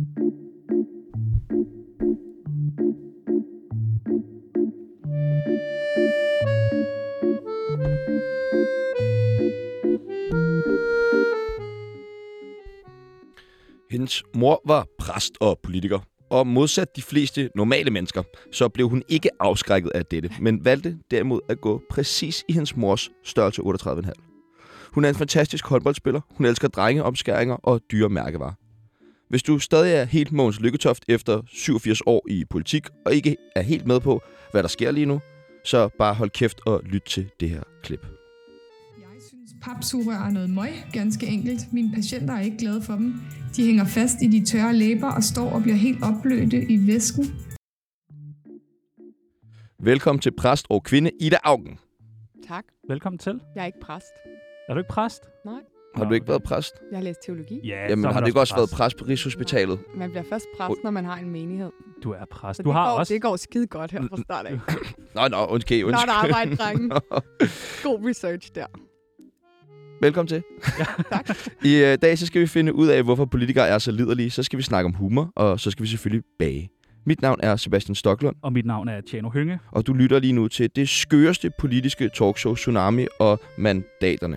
Hendes mor var præst og politiker, og modsat de fleste normale mennesker, så blev hun ikke afskrækket af dette, men valgte derimod at gå præcis i hendes mors størrelse 38,5. Hun er en fantastisk håndboldspiller, hun elsker drengeomskæringer og dyre mærkevarer. Hvis du stadig er helt Mogens Lykketoft efter 87 år i politik, og ikke er helt med på, hvad der sker lige nu, så bare hold kæft og lyt til det her klip. Jeg synes, papsugerør er noget møg, ganske enkelt. Mine patienter er ikke glade for dem. De hænger fast i de tørre læber og står og bliver helt opblødte i væsken. Velkommen til præst og kvinde Ida Auken. Tak. Velkommen til. Jeg er ikke præst. Er du ikke præst? Nej. Har du ikke været præst? Jeg har læst teologi. Ja, Jamen, har du ikke også været præst på Rigshospitalet? Man bliver først præst, når man har en menighed. Du er præst. Så Du har også... det går skide godt her fra start af. Okay, undskyld. Godt arbejde, drengen. God research der. Velkommen til. Ja. Tak. I dag så skal vi finde ud af, hvorfor politikere er så liderlige. Så skal vi snakke om humor, og så skal vi selvfølgelig bage. Mit navn er Sebastian Stocklund. Og mit navn er Tjano Hønge. Og du lytter lige nu til det skøreste politiske talkshow Tsunami og Mandaterne.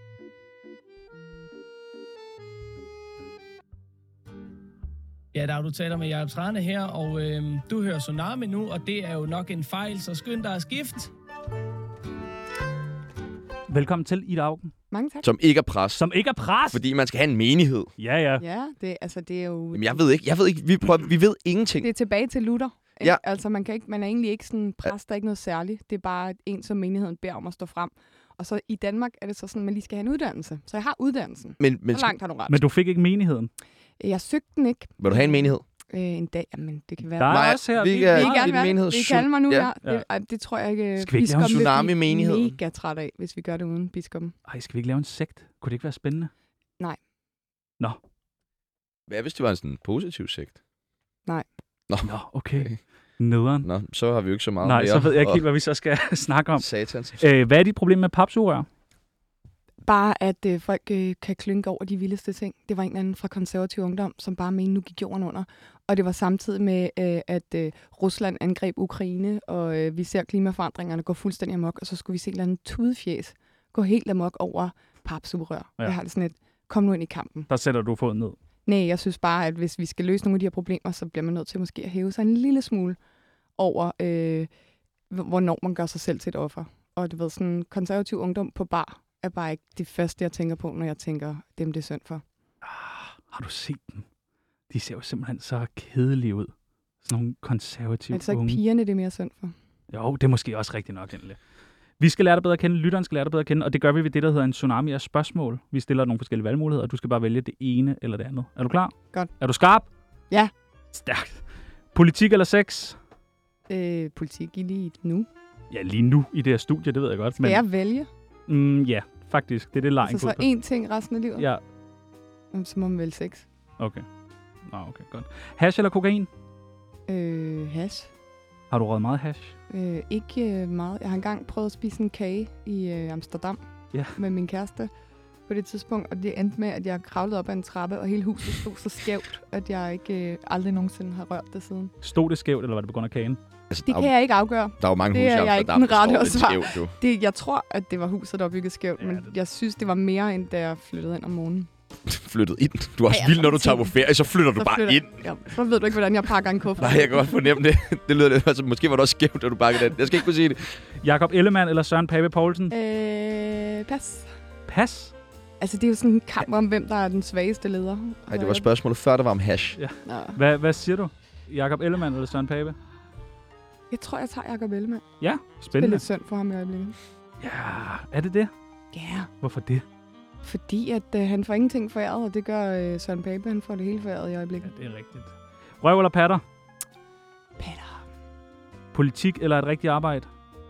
Ja, der du taler med Jacob Trane her, og du hører Tsunami nu, og det er jo nok en fejl, så skynd dig at skifte. Velkommen til, Ida Auken. Mange tak. Som ikke er præst. Som ikke er præst! Fordi man skal have en menighed. Ja. Ja, det er jo... Jamen, jeg ved ikke. Vi ved ingenting. Det er tilbage til Luther. Ikke? Ja. Altså, man er egentlig ikke sådan præst, der er ikke noget særligt. Det er bare en, som menigheden beder om at stå frem. Og så i Danmark er det så sådan, at man lige skal have en uddannelse. Så jeg har uddannelsen. Men Så langt har du ret. Men du fik ikke menigheden? Jeg søgte den ikke. vil du have en menighed? En dag, jamen det kan være. Der er Nej, også her. vi Vi er kan gerne en være menighed. det. Vi kalder mig nu Ja. her. Det tror jeg ikke, Skal vi ikke lave en biskoppen vil tsunami-menighed? blive mega træt af, hvis vi gør det uden biskoppen. Ej, skal vi ikke lave en sekt? Kunne det ikke være spændende? Nej. Nå, Hvad hvis det var en sådan positiv sekt? Nå okay. Nederen. Nå, så har vi jo ikke så meget Nej, mere. så ved jeg ikke helt, hvad vi så skal snakke om. Satans. Hvad er dit problem med papsugerør? Bare at folk kan klynke over de vildeste ting. Det var en eller anden fra konservativ ungdom, som bare mente, nu gik jorden under. Og det var samtidig med, at Rusland angreb Ukraine, og vi ser klimaforandringerne gå fuldstændig amok, og så skulle vi se en eller anden tudefjæs gå helt amok over papsugerør. Ja. Jeg har det sådan et, kom nu ind i kampen. Der sætter du foden ned. Nej, jeg synes bare, at hvis vi skal løse nogle af de her problemer, så bliver man nødt til måske at hæve sig en lille smule over, hvornår man gør sig selv til et offer. Og du ved, sådan konservativ ungdom på bar er bare ikke det første, jeg tænker på, når jeg tænker, dem det er synd for. Har du set dem? De ser jo simpelthen så kedelige ud. Sådan nogle konservative Altså ikke unge. pigerne, det er mere synd for. Jo, det er måske også rigtigt nok endelig. Vi skal lære dig bedre at kende, lytteren skal lære dig bedre at kende, og det gør vi ved det, der hedder en tsunami af spørgsmål. Vi stiller nogle forskellige valgmuligheder, og du skal bare vælge det ene eller det andet. Er du klar? Godt. Er du skarp? Ja. Stærkt. Politik eller sex? Politik i lige nu. Ja, lige nu i det her studie, det ved jeg godt. Skal jeg vælge? Ja, faktisk. Det er det lejen Altså går så på. én ting resten af livet? Ja, Jamen, så må man vælge sex. okay. Okay, godt. Hash eller kokain? Hash. Har du røget meget hash? Ikke meget. Jeg har engang prøvet at spise en kage i Amsterdam med min kæreste på det tidspunkt, og det endte med, at jeg kravlede op ad en trappe, og hele huset stod så skævt, at jeg ikke aldrig nogensinde har rørt det siden. Stod det skævt, eller var det på grund af kagen? Altså, Det kan jeg ikke afgøre. Der er jo mange Det huse i er jeg ikke Amsterdam, den rette der at står svare. lidt skævt, jo. Jeg tror, at det var huset, der var bygget skævt, men jeg synes, det var mere, end da jeg flyttede ind om morgenen. Flyttet ind. Du er også vild, når du tager på ferie, så flytter du bare ind. Ja, så ved du ikke, hvordan jeg pakker en kuffert. Nej, jeg kan godt fornemme det. Det lyder lidt, altså, måske var det også skævt, da du pakkede den. Jeg skal ikke kunne sige det. Jakob Ellemann eller Søren Pape Poulsen? Pas. Pas? Altså, det er jo sådan en kamp om, hvem der er den svageste leder. Nej, det var spørgsmålet før, der var om hash. Ja. Nå. Hvad siger du? Jakob Ellemann eller Søren Pape? Jeg tror, jeg tager Jakob Ellemann. Ja, Det er spændende. lidt synd for ham i øjeblikket. Ja, er det det? Ja. Hvorfor det? Fordi at han får ingenting foræret, og det gør Søren Pape. Han får det hele foræret i øjeblikket. Ja, det er rigtigt. Røv eller patter? Patter. Politik eller et rigtigt arbejde?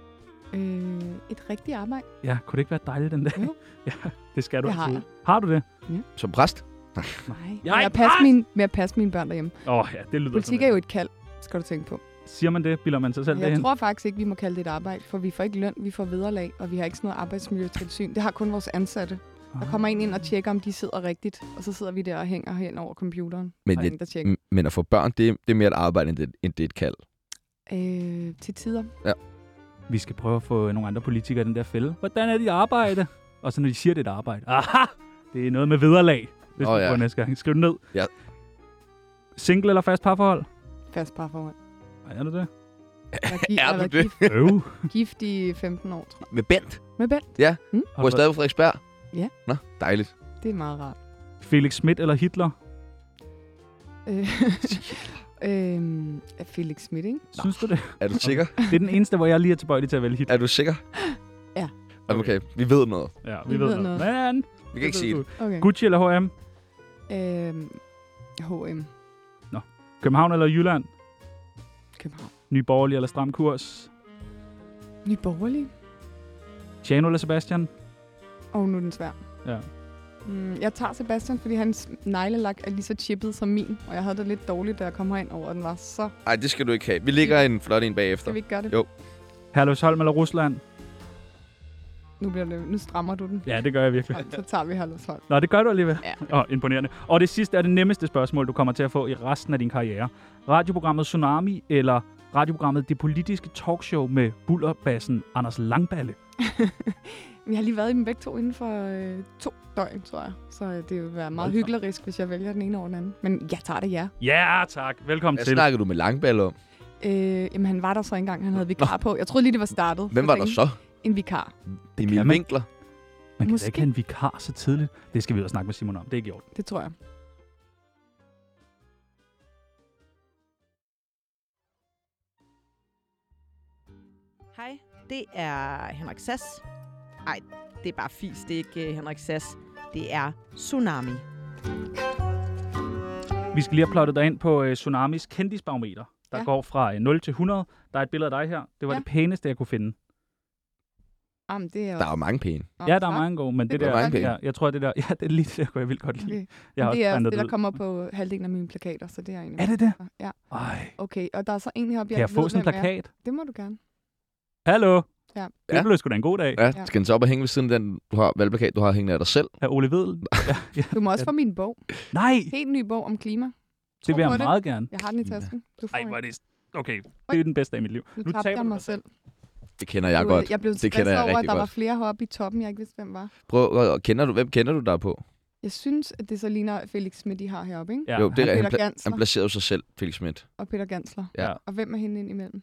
Et rigtigt arbejde. Ja, kunne det ikke være dejligt den dag? Jo. Ja, det skal du Det har altid. jeg. Har du det? Som præst? Nej. Jeg er Med at passe mine børn derhjemme. Ja, det lyder Politik er jo et kald, skal du tænke på. Siger man det? Bilder man sig selv Jeg derhen? tror faktisk ikke, vi må kalde det et arbejde, for vi får ikke løn, vi får vederlag, og vi har ikke sådan noget arbejdsmiljøtilsyn. Det har kun vores ansatte. Der kommer en ind og tjekker, om de sidder rigtigt, og så sidder vi der og hænger hen over computeren. Men at få børn, det er mere et arbejde, end det er et kald. Til tider. Ja. Vi skal prøve at få nogle andre politikere i den der fælde. Hvordan er dit arbejde? Og så når de siger, det er et arbejde. Aha! Det er noget med vederlag. Det skal vi prøve næste gang. Skriv det ned. Ja. Single eller fast parforhold? Fast parforhold. Er du det? Er du det? Gift i 15 år, tror jeg. Med Bent? Med Bent? Ja. Hvor er stadig på Frederiksberg? Ja. Nå, dejligt. Det er meget rart. Felix Schmidt eller Hitler? Felix Schmidt, ikke? Synes du det? Er du sikker? Det er den eneste, hvor jeg lige er tilbøjelig til at vælge Hitler. Er du sikker? Ja. Okay, vi ved noget. Ja, vi ved noget. Men vi kan ikke sige det. Okay. Gucci eller H&M? H&M. Nå. København eller Jylland? København. Ny Borgerlig eller Stram Kurs? Ny Borgerlig. Tjano eller Sebastian? Nu er den svær. Ja. Jeg tager Sebastian, fordi hans neglelak er lige så chippet som min, og jeg havde det lidt dårligt, da jeg kom herind over, den var så... Nej, det skal du ikke have. Vi ligger en flot en bagefter. Skal vi ikke gøre det? Jo. Herlufsholm eller Rusland? Nu strammer du den. Ja, det gør jeg virkelig. Så tager vi Herlufsholm. Nå, det gør du alligevel. Ja. Imponerende. Og det sidste er det nemmeste spørgsmål, du kommer til at få i resten af din karriere. Radioprogrammet Tsunami eller radioprogrammet Det Politiske Talkshow med bullerbassen Anders Langballe? Vi har lige været i dem begge to inden for 2 døgn, tror jeg. Så det vil være meget hyklerisk, hvis jeg vælger den ene over den anden. Men jeg tager det, ja. Ja, tak. Velkommen til. Hvad snakkede du med Langballe om? Jamen, han var der så engang. Han havde vikar på. Jeg troede lige, det var startet. Hvem var der så? En vikar. Emil Winkler. Man kan da ikke have en vikar så tidligt. Det skal vi ud og snakke med Simon om. Det er ikke i orden. Det tror jeg. Hej, det er Henrik Sass. Ej, det er bare fis. Det er ikke Henrik Sass. Det er Tsunami. Vi skal lige have plottet dig ind på Tsunamis kendisbarometer. Der går fra 0 til 100. Der er et billede af dig her. Det var det pæneste, jeg kunne finde. Jamen, det er der er jo mange pæne. Ja, der er mange gode, men det der... Mange jeg tror, det der... Ja, det er lige det, jeg kunne vildt godt lide. Okay. Jeg har det er også det, der kommer på halvdelen af mine plakater, så det er egentlig... Er det det? Ja. Ej. Okay, og der er så en heroppe, kan jeg få sådan en plakat? Det må du gerne. Hallo? Ja. Det blev sgu da en god dag. Ja, skal den så op og hænge ved siden af den valgplakat, du har hængende af dig selv? Af Ole Vedel. Ja. Du må også få min bog. Nej! Helt ny bog om klima. Det vil jeg meget gerne. Jeg har den i tasken. Ej, hvor er det... Okay, det er den bedste af mit liv. Nu tabte jeg mig selv. Det kender jeg godt. Jeg blev stresset over, at der var flere heroppe i toppen, jeg ikke vidste, hvem var. Hvem kender du der på? Jeg synes, at det så ligner Felix Schmidt, de har heroppe, ikke? Ja. Jo, det er han placerede sig selv, Felix Schmidt. Og Peter Gansler. Ja. Og hvem er hende ind imellem?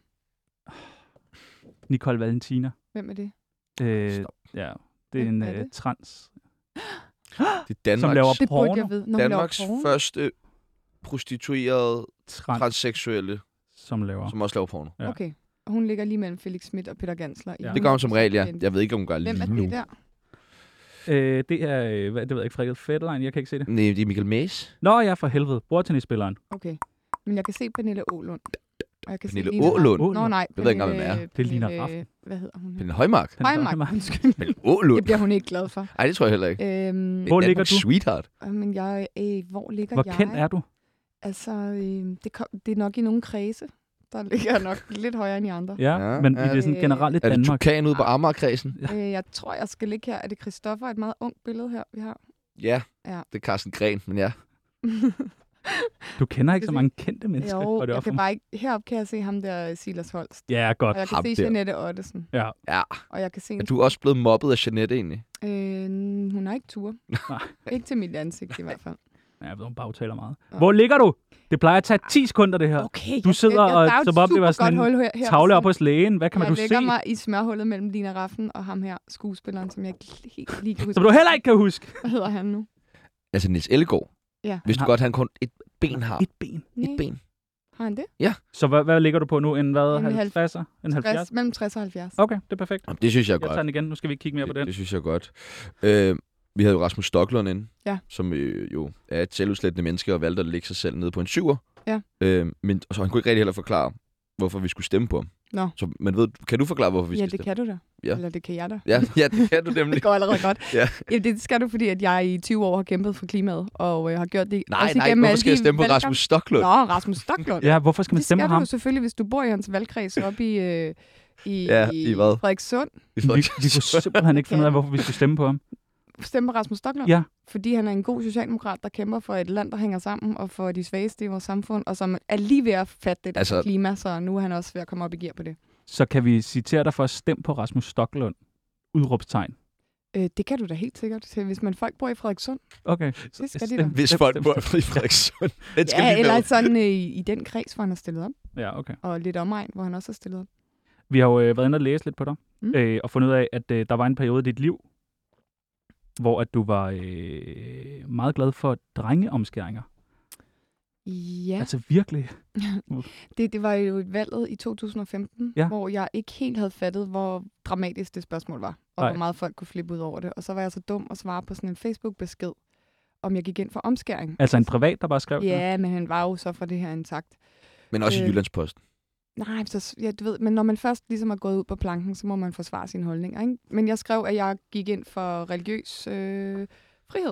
Nicole Valentina. Hvem er det? Ja, det er en trans. Det er Danmarks, som laver porno. Det jeg vide. Danmarks første prostituerede transseksuelle, som også laver porno. Ja. Okay, og hun ligger lige mellem Felix Schmidt og Peter Gansler. Ja. Det gør hun som regel, ja. Jeg ved ikke, om hun gør lige nu. Hvem er det der? Det er, det ved jeg ikke, Frederik Fetterlein, jeg kan ikke se det. Nej, det er Michael Maes. Nå, ja, for helvede. Bordtennisspilleren. Okay, men jeg kan se Pernille Ålund. Og jeg kan Pernille Ålund? Nå, nej. Jeg ved ikke, hvem det er. Det ligner Raffen. Hvad hedder hun? Pernille Højmark. Højmark, undskyld. Pernille Ålund. Det bliver hun ikke glad for. Nej, det tror jeg heller ikke. Hvor ligger du? Sweetheart. Men hvor ligger Hvor jeg? kendt er du? Altså, det er nok i nogle kredse. Der ligger jeg nok lidt højere end i andre. Ja, men det er sådan generelt i Danmark. Er det Tukan ude på Amagerkredsen? Jeg tror, jeg skal ligge her. Er det Christoffer? Et meget ungt billede her, vi har? Ja, det er Carsten Gren, men ja. Du kender ikke så mange kendte mennesker. Jo, jeg kan bare ikke... Heroppe kan jeg se ham der, Silas Holst. Ja, godt. Og jeg kan se Jeanette Ottesen. Ja. Og jeg kan se... Er du også blevet mobbet af Jeanette egentlig? Hun har ikke tur. Ikke til mit ansigt i hvert fald. Ja, jeg ved, hun bagtaler meget. Hvor ligger du? Det plejer at tage 10 sekunder, det her. Okay, du sidder og som om det var sådan en tavle op hos lægen. Hvad kan man du se? Jeg lægger mig i smørhullet mellem Lina Raffen og ham her, skuespilleren, som jeg ikke helt lige kan huske. Som du heller ikke kan huske. Hvad hedder han nu? Altså Niels Ellegaard. Ja. Hvis du godt, han kun et ben har. Et ben? Et ben. Har han det? Ja. Så hvad ligger du på nu? En hvad? 50'er? En 70? Mellem 60 og 70. Okay, det er perfekt. Det synes jeg godt. Jeg tager den igen. Nu skal vi ikke kigge mere på den. Det synes jeg godt. Vi havde jo Rasmus Stocklund inde, som jo er et selvudslættende menneske og valgte at lægge sig selv nede på en 7'er. Ja. Men så han kunne ikke rigtig heller forklare, hvorfor vi skulle stemme på ham. Nå. Så, men kan du forklare, hvorfor vi skal stemme? Ja, det kan du da. Ja. Eller det kan jeg da. Ja, det kan du nemlig. Det går allerede godt. Ja. Ja, det skal du, fordi at jeg i 20 år har kæmpet for klimaet, og jeg har gjort det også igennem hvorfor skal jeg stemme på Rasmus Stocklund? Nå, Rasmus Stocklund. Ja, hvorfor skal man stemme på ham? Det skal du selvfølgelig, hvis du bor i hans valgkreds oppe i hvad? Frederikssund. Vi kunne simpelthen ikke finde ud af, hvorfor vi skulle stemme på ham. stemme på Rasmus Stoklund. Ja. Fordi han er en god socialdemokrat, der kæmper for et land, der hænger sammen, og for de svageste i vores samfund, og som er lige ved at fatte det der klima, så nu er han også ved at komme op i gear på det. Så kan vi citere dig for at stemme på Rasmus Stoklund? Udråbstegn. Det kan du da helt sikkert. Hvis man folk bor i Frederikssund. Okay. Det skal de da. Hvis folk bor i Frederikssund. Eller sådan i den kreds, hvor han har stillet op. Ja, okay. Og lidt omegn, hvor han også har stillet op. Vi har jo været inde og læse lidt på dig, og fundet ud af, at der var en periode i dit liv, hvor at du var meget glad for drengeomskæringer. Ja. Altså virkelig. Det var jo et valget i 2015, hvor jeg ikke helt havde fattet, hvor dramatisk det spørgsmål var, og hvor meget folk kunne flippe ud over det. Og så var jeg så dum at svare på sådan en Facebook-besked, om jeg gik ind for omskæring. Altså en privat, der bare skrev det? Ja, men han var jo så for det her intakt. Men også i Jyllandsposten. Nej, så, ja, du ved, men når man først ligesom er gået ud på planken, så må man forsvare sine holdninger, ikke? Men jeg skrev, at jeg gik ind for religiøs frihed.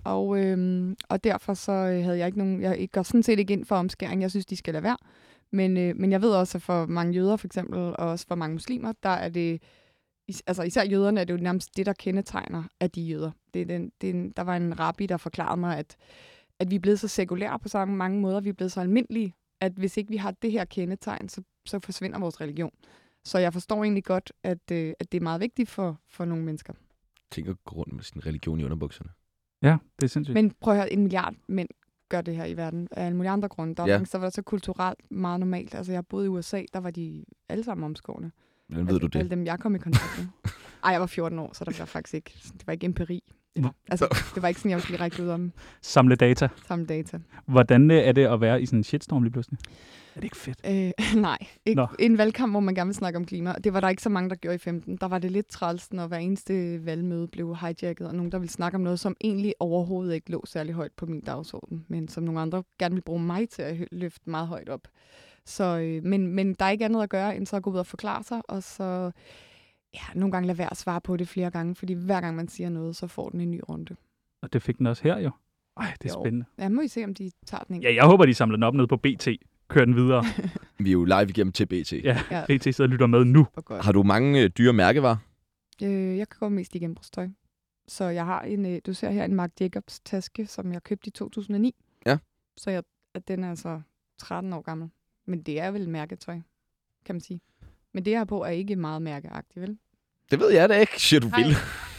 Og derfor så havde jeg ikke nogen... Jeg går sådan set ikke ind for omskæring. Jeg synes, de skal lade være. Men jeg ved også, at for mange jøder for eksempel, og også for mange muslimer, der er det... Altså især jøderne er det jo nærmest det, der kendetegner, at de jøder. Der var en rabbi, der forklarede mig, at vi er blevet så sekulære på så mange måder. Vi er blevet så almindelige, at hvis ikke vi har det her kendetegn, så forsvinder vores religion. Så jeg forstår egentlig godt, at det er meget vigtigt for nogle mennesker. Tænk at gå rundt med sin religion i underbukserne. Ja, det er sindssygt. Men prøv at høre, 1 milliard mænd gør det her i verden. Af en mulige andre grunde. Så var det så kulturelt meget normalt. Altså, jeg boede i USA, der var de alle sammen omskårne. Hvordan ved du det? Alle dem, jeg kom i kontakt med. Ej, jeg var 14 år, så det var faktisk ikke... Det var ikke empiri. Altså, det var ikke sådan, jeg ville række ud om. Samle data. Hvordan er det at være i sådan en shitstorm lige pludselig? Er det ikke fedt? Nej. Ikke. En valgkamp, hvor man gerne vil snakke om klima. Det var der ikke så mange, der gjorde i 15. Der var det lidt træls, når hver eneste valgmøde blev hijacket, og nogen, der ville snakke om noget, som egentlig overhovedet ikke lå særlig højt på min dagsorden, men som nogle andre gerne ville bruge mig til at løfte meget højt op. Så, men der er ikke andet at gøre, end så at gå ud og forklare sig, og så nogle gange lade være at svare på det flere gange, fordi hver gang man siger noget, så får den en ny runde. Og det fik den også her jo. Ej, det er spændende. Ja, må I se, om de tager den. Ja, jeg håber, de samler den op nede på BT. Kører den videre. Vi er jo live igennem til BT. Ja, BT sidder og lytter med nu. Har du mange dyre mærkevarer? Jeg kan gå mest i genbrugstøj. Så jeg har du ser her en Marc Jacobs taske, som jeg købte i 2009. Ja. Så den er altså 13 år gammel. Men det er vel mærketøj, kan man sige. Men det, jeg har på, er ikke meget mærkeagtigt, vel? Det ved jeg da ikke, siger du vil.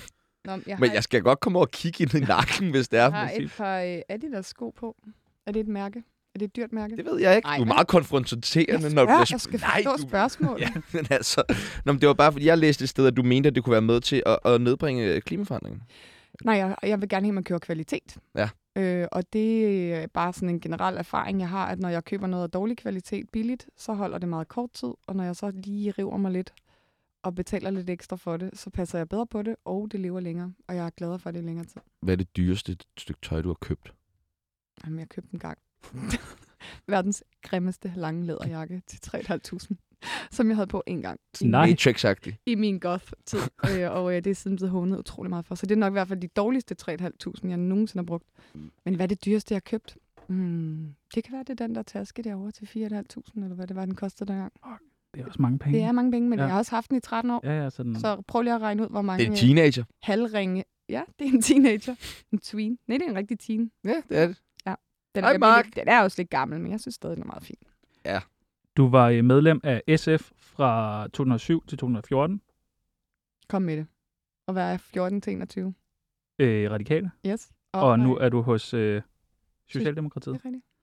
Men jeg skal godt komme over og kigge ind i nakken, hvis det er. Jeg har et par Adidas sko på. Er det et mærke? Er det et dyrt mærke? Det ved jeg ikke. Du er meget konfronterende, når du jeg skal forstå spørgsmål. Ja, men altså, det var bare, fordi jeg læste et sted, at du mente, at det kunne være med til at nedbringe klimaforandringen. Nej, jeg vil gerne have, at man køber kvalitet. Ja. Og det er bare sådan en generel erfaring, jeg har, at når jeg køber noget af dårlig kvalitet billigt, så holder det meget kort tid. Og når jeg så lige river mig lidt og betaler lidt ekstra for det, så passer jeg bedre på det, og det lever længere. Og jeg er glad for det i længere tid. Hvad er det dyreste stykke tøj, du har købt? Jamen, jeg købte en gang verdens grimmeste lange læderjakke til 3.500, som jeg havde på en gang. Matrix-agtigt. I min goth-tid. Og det er siden blevet hånet utrolig meget for. Så det er nok i hvert fald de dårligste 3.500, jeg nogensinde har brugt. Men hvad er det dyreste, jeg har købt? Det kan være, det er den der taske derovre til 4.500, eller hvad det var, den kostede dengang. Det er også mange penge. Det er mange penge, men jeg har også haft den i 13 år. Ja, sådan. Så prøv lige at regne ud, hvor mange... Det er en teenager. Halvringe. Ja, det er en teenager. En tween. Nej, det er en rigtig teen. Ja, det er det. Ja. Den er også lidt gammel, men jeg synes stadig, den er meget fin. Ja. Du var medlem af SF fra 2007 til 2014. Kom med det. Og hvad er 14 til 21? Radikale. Yes. Og nu er du hos Socialdemokratiet. Det er rigtigt.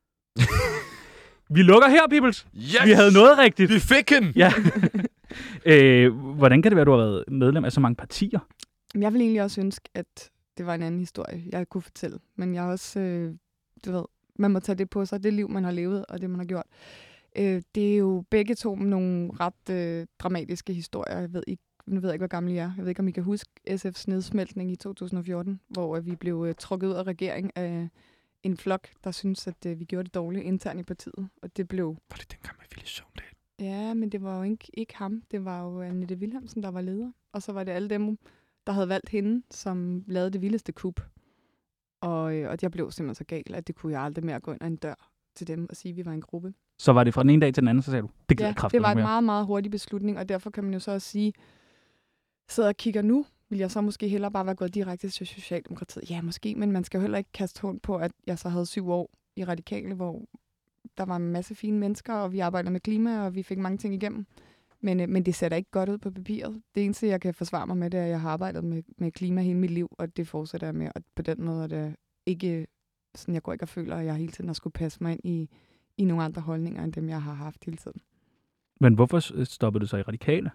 Vi lukker her, Peoples. Yes! Vi havde noget rigtigt. Vi fik hende! Ja. Hvordan kan det være, at du har været medlem af så mange partier? Jeg vil egentlig også ønske, at det var en anden historie, jeg kunne fortælle. Men jeg også, du ved, man må tage det på sig, det liv, man har levet, og det, man har gjort. Det er jo begge to nogle ret dramatiske historier. Nu ved jeg ikke, hvor gammel I er. Jeg ved ikke, om I kan huske SF's nedsmeltning i 2014, hvor vi blev trukket ud af regeringen af en flok, der synes, at vi gjorde det dårligt internt i partiet. Og det blev... Var det dengang med Ville Søvndal? Ja, men det var jo ikke ham. Det var jo Annette Wilhelmsen, der var leder. Og så var det alle dem, der havde valgt hende, som lavede det vildeste kup. Og jeg blev simpelthen så gal, at det kunne jeg aldrig mere gå ind ad en dør til dem og sige, at vi var en gruppe. Så var det fra den ene dag til den anden, så sagde du, det gider det var en meget, meget hurtig beslutning, og derfor kan man jo så også sige, sidder og kigger nu Vil jeg så måske hellere bare være gået direkte til Socialdemokratiet? Ja, måske, men man skal jo heller ikke kaste hånd på, at jeg så havde 7 år i Radikale, hvor der var en masse fine mennesker, og vi arbejdede med klima, og vi fik mange ting igennem. Men det ser da ikke godt ud på papiret. Det eneste, jeg kan forsvare mig med, det er, at jeg har arbejdet med klima hele mit liv, og det fortsætter jeg med. Og på den måde er det ikke sådan, jeg går ikke og føler, at jeg hele tiden har skulle passe mig ind i nogle andre holdninger, end dem, jeg har haft hele tiden. Men hvorfor stoppede du så i Radikale?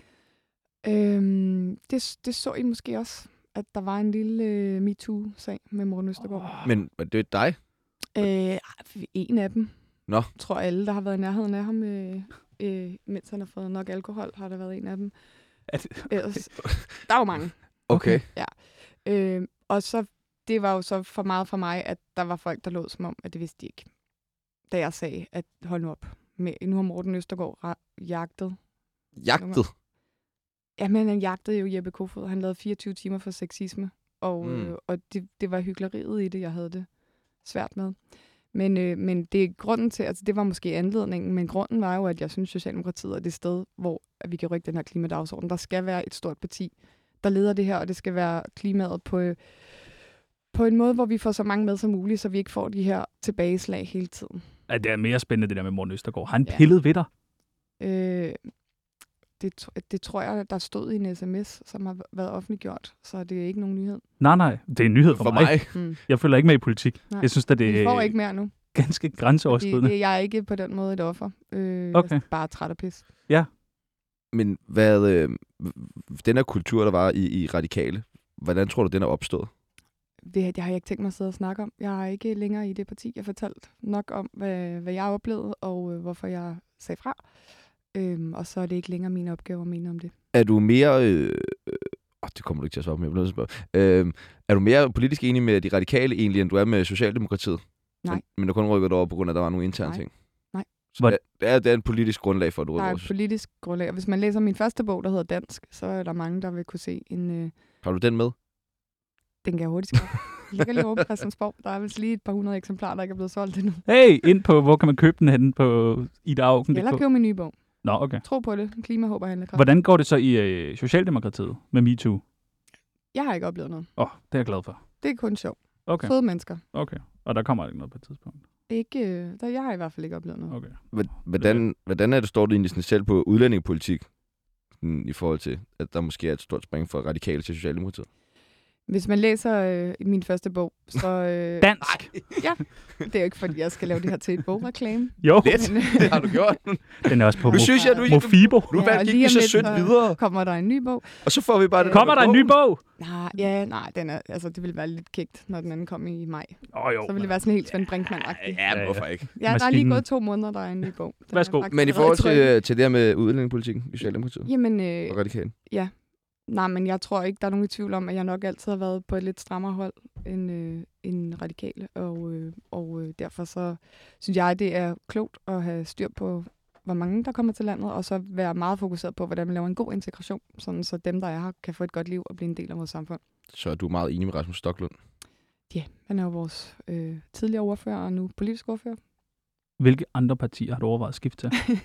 Det så I måske også, at der var en lille MeToo-sag med Morten Østergaard. Men det er dig? En af dem. Nå. Jeg tror alle, der har været i nærheden af ham, mens han har fået nok alkohol, har der været en af dem. Ellers, der er jo mange. Okay. Ja. Og så, det var jo så for meget for mig, at der var folk, der lå som om, at det vidste de ikke. Da jeg sagde, at hold nu op. Nu har Morten Østergaard jagtet. Jagtet? Ja, men han jagtede jo Jeppe Kofod. Han lavede 24 timer for sexisme. Og det var hykleriet i det, jeg havde det svært med. Men det er grunden til, altså det var måske anledningen, men grunden var jo, at jeg synes, Socialdemokratiet er det sted, hvor vi kan rykke den her klimadagsorden. Der skal være et stort parti, der leder det her, og det skal være klimaet på en måde, hvor vi får så mange med som muligt, så vi ikke får de her tilbageslag hele tiden. Ja, det er mere spændende, det der med Morten Østergaard. Han pillede ved dig? Det tror jeg, der stod i en sms, som har været offentliggjort, så det er ikke nogen nyhed. Nej, det er en nyhed for mig. Jeg følger ikke med i politik. Nej. Jeg synes, at det er... Vi får ikke mere nu. Ganske grænseoverskridende. Jeg er ikke på den måde et offer. Okay. Jeg er bare træt af pis. Ja. Men den her kultur, der var i Radikale, hvordan tror du, den er opstået? Det har jeg ikke tænkt mig at sidde og snakke om. Jeg er ikke længere i det parti. Jeg har fortalt nok om, hvad jeg oplevede, og hvorfor jeg sagde fra. Og så er det ikke længere min opgave at mene om det. Er du mere... det kommer du ikke til at svare på, er du mere politisk enig med de radikale egentlig, end du er med Socialdemokratiet? Nej. Men du kun rykket over på grund af, at der var nogle interne ting? Nej. Så det er en politisk grundlag for, at du rykker over? Der er et politisk grundlag. Og hvis man læser min første bog, der hedder Dansk, så er der mange, der vil kunne se en... Har du den med? Den kan jeg hurtigt skrive. Jeg ligger lige over på Christiansborg. Der er vist lige et par 100 eksemplarer, der ikke er blevet solgt endnu. Hey, ind på, hvor kan man købe den henne på Ida-Augen? Eller købe min nye bog. Nå, okay. Tro på det. Klimahåb og handlekraft. Hvordan går det så i Socialdemokratiet med MeToo? Jeg har ikke oplevet noget. Det er jeg glad for. Det er kun sjov. Okay. Fede mennesker. Okay. Og der kommer ikke noget på et tidspunkt? Jeg har i hvert fald ikke oplevet noget. Okay. Hvordan er det, står du egentlig sådan selv på udlændingepolitik i forhold til, at der måske er et stort spring fra radikale til Socialdemokratiet? Hvis man læser min første bog, så... Dansk! Ja, det er jo ikke, fordi jeg skal lave det her til et bogreklame. Jo, det har du gjort. Den er også på Mofibo. Nu gik vi så sødt videre. Kommer der en ny bog. Og så får vi bare det. Kommer der en ny bog? Nej, den er, altså, det ville være lidt kægt, når den anden kom i maj. Jo. Så ville det være sådan helt Svend Brinkmann-agtigt. Ja, hvorfor ikke? Ja, der er lige gået 2 måneder, der er en ny bog. Værsgo. Men i forhold til det her med udlændingepolitikken i Socialdemokratiet? Jamen, og radikale? Ja. Nej, men jeg tror ikke, der er nogen tvivl om, at jeg nok altid har været på et lidt strammere hold end radikale. Og derfor så synes jeg, det er klogt at have styr på, hvor mange der kommer til landet, og så være meget fokuseret på, hvordan man laver en god integration, sådan så dem, der er her, kan få et godt liv og blive en del af vores samfund. Så er du meget enig med Rasmus Stoklund? Ja, han er jo vores tidligere ordfører og nu politisk ordfører. Hvilke andre partier har du overvejet at skifte til?